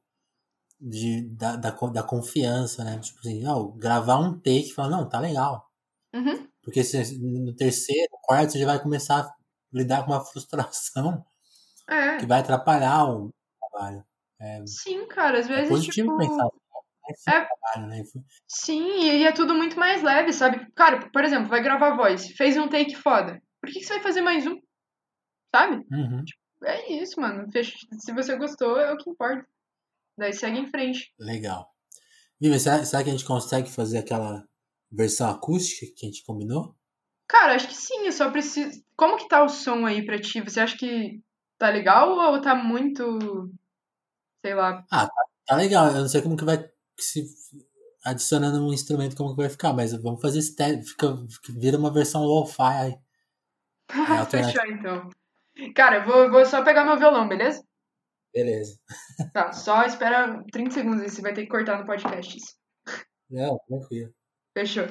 da confiança, né? Tipo assim, não, gravar um take e falar, não, tá legal. Uhum. Porque no terceiro, quarto, você já vai começar a lidar com uma frustração que É, vai atrapalhar o trabalho. É, sim, cara, às é vezes, positivo pensar tipo, assim, é sim é, trabalho, né? sim, e é tudo muito mais leve, sabe? Cara, por exemplo, vai gravar voz, fez um take foda. Por que você vai fazer mais um, sabe? Uhum, É isso, mano. Se você gostou, é o que importa. Daí segue em frente. legal. Viva, será que a gente consegue fazer aquela versão acústica que a gente combinou? Cara, acho que sim, eu só preciso. Como que tá o som aí pra ti? Você acha que tá legal ou tá muito, sei lá? Ah, tá legal. Eu não sei como que vai se adicionando um instrumento como que vai ficar, mas vamos fazer esse teste. Vira uma versão lo-fi Fechou alternativa. então. Cara, eu vou só pegar meu violão, beleza? Beleza. Tá, só espera 30 segundos aí, você vai ter que cortar no podcast isso. Não, tranquilo. Fechou.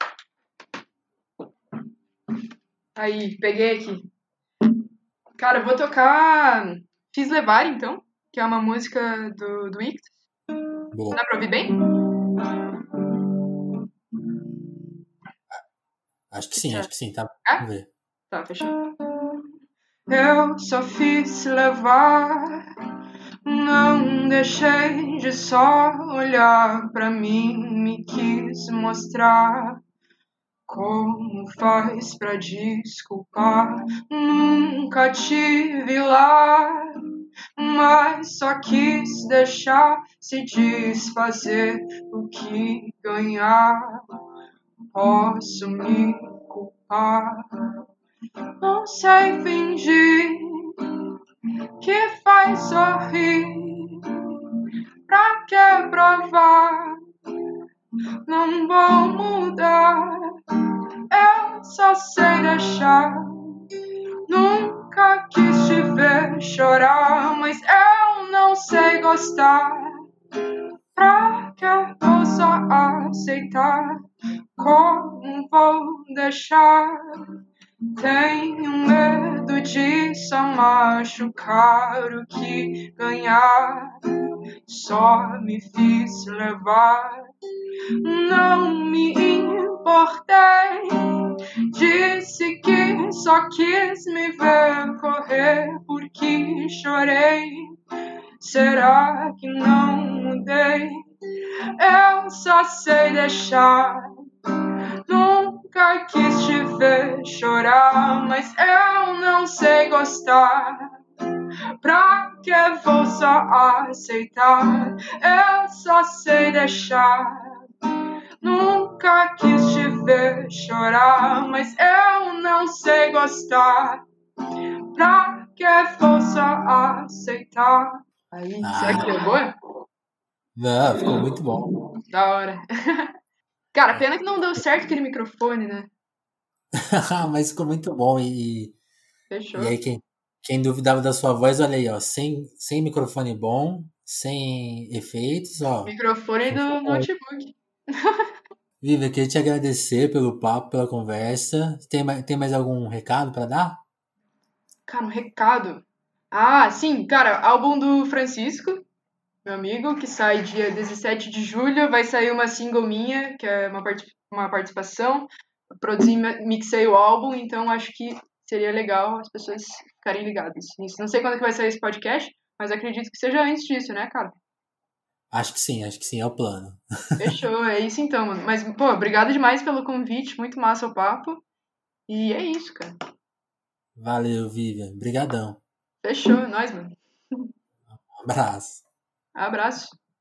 Aí, peguei aqui. Cara, eu vou tocar Fiz Levar, então, que é uma música do Ictus. Boa. Dá pra ouvir bem? Acho que O que sim, você acho acha? que sim, tá? Ah? Vamos ver. Tá, fechou. Eu só fiz levar, não deixei de só olhar pra mim, me quis mostrar como faz pra desculpar. Nunca tive lá, mas só quis deixar se desfazer o que ganhar. Posso me culpar, não sei fingir que faz sorrir. Pra que provar? Não vou mudar. Eu só sei deixar. Nunca quis te ver chorar, mas eu não sei gostar. Pra que vou só aceitar? Como vou deixar? Tenho medo de só machucar o que ganhar. Só me fiz levar, não me importei. Disse que só quis me ver correr porque chorei. Será que não mudei? Eu só sei deixar. Nunca quis te ver chorar, mas eu não sei gostar. Pra que vou só aceitar? Eu só sei deixar. Nunca quis te ver chorar, mas eu não sei gostar. Pra que vou só aceitar? Aí, será que Ah, deu boa? não, ficou muito bom. Da hora. Cara, É. pena que não deu certo aquele microfone, né? Mas ficou muito bom. E Fechou. aí, quem duvidava da sua voz, olha aí, ó. Sem microfone bom, sem efeitos, ó. Microfone do Funcionou. notebook. Vivi, eu queria te agradecer pelo papo, pela conversa. Tem mais algum recado para dar? Cara, um recado. Ah, sim, cara, álbum do Francisco, meu amigo, que sai dia 17 de julho. Vai sair uma single minha, que é uma participação. Eu produzi e mixei o álbum, então acho que seria legal as pessoas ficarem ligadas nisso. Não sei quando que vai sair esse podcast, mas acredito que seja antes disso, né, cara? Acho que sim, é o plano. Fechou, é isso então, mano. Mas, pô, obrigado demais pelo convite, muito massa o papo. E é isso, cara. Valeu, Vivian. Brigadão. Fechou, é nóis, mano. Um abraço. Abraço.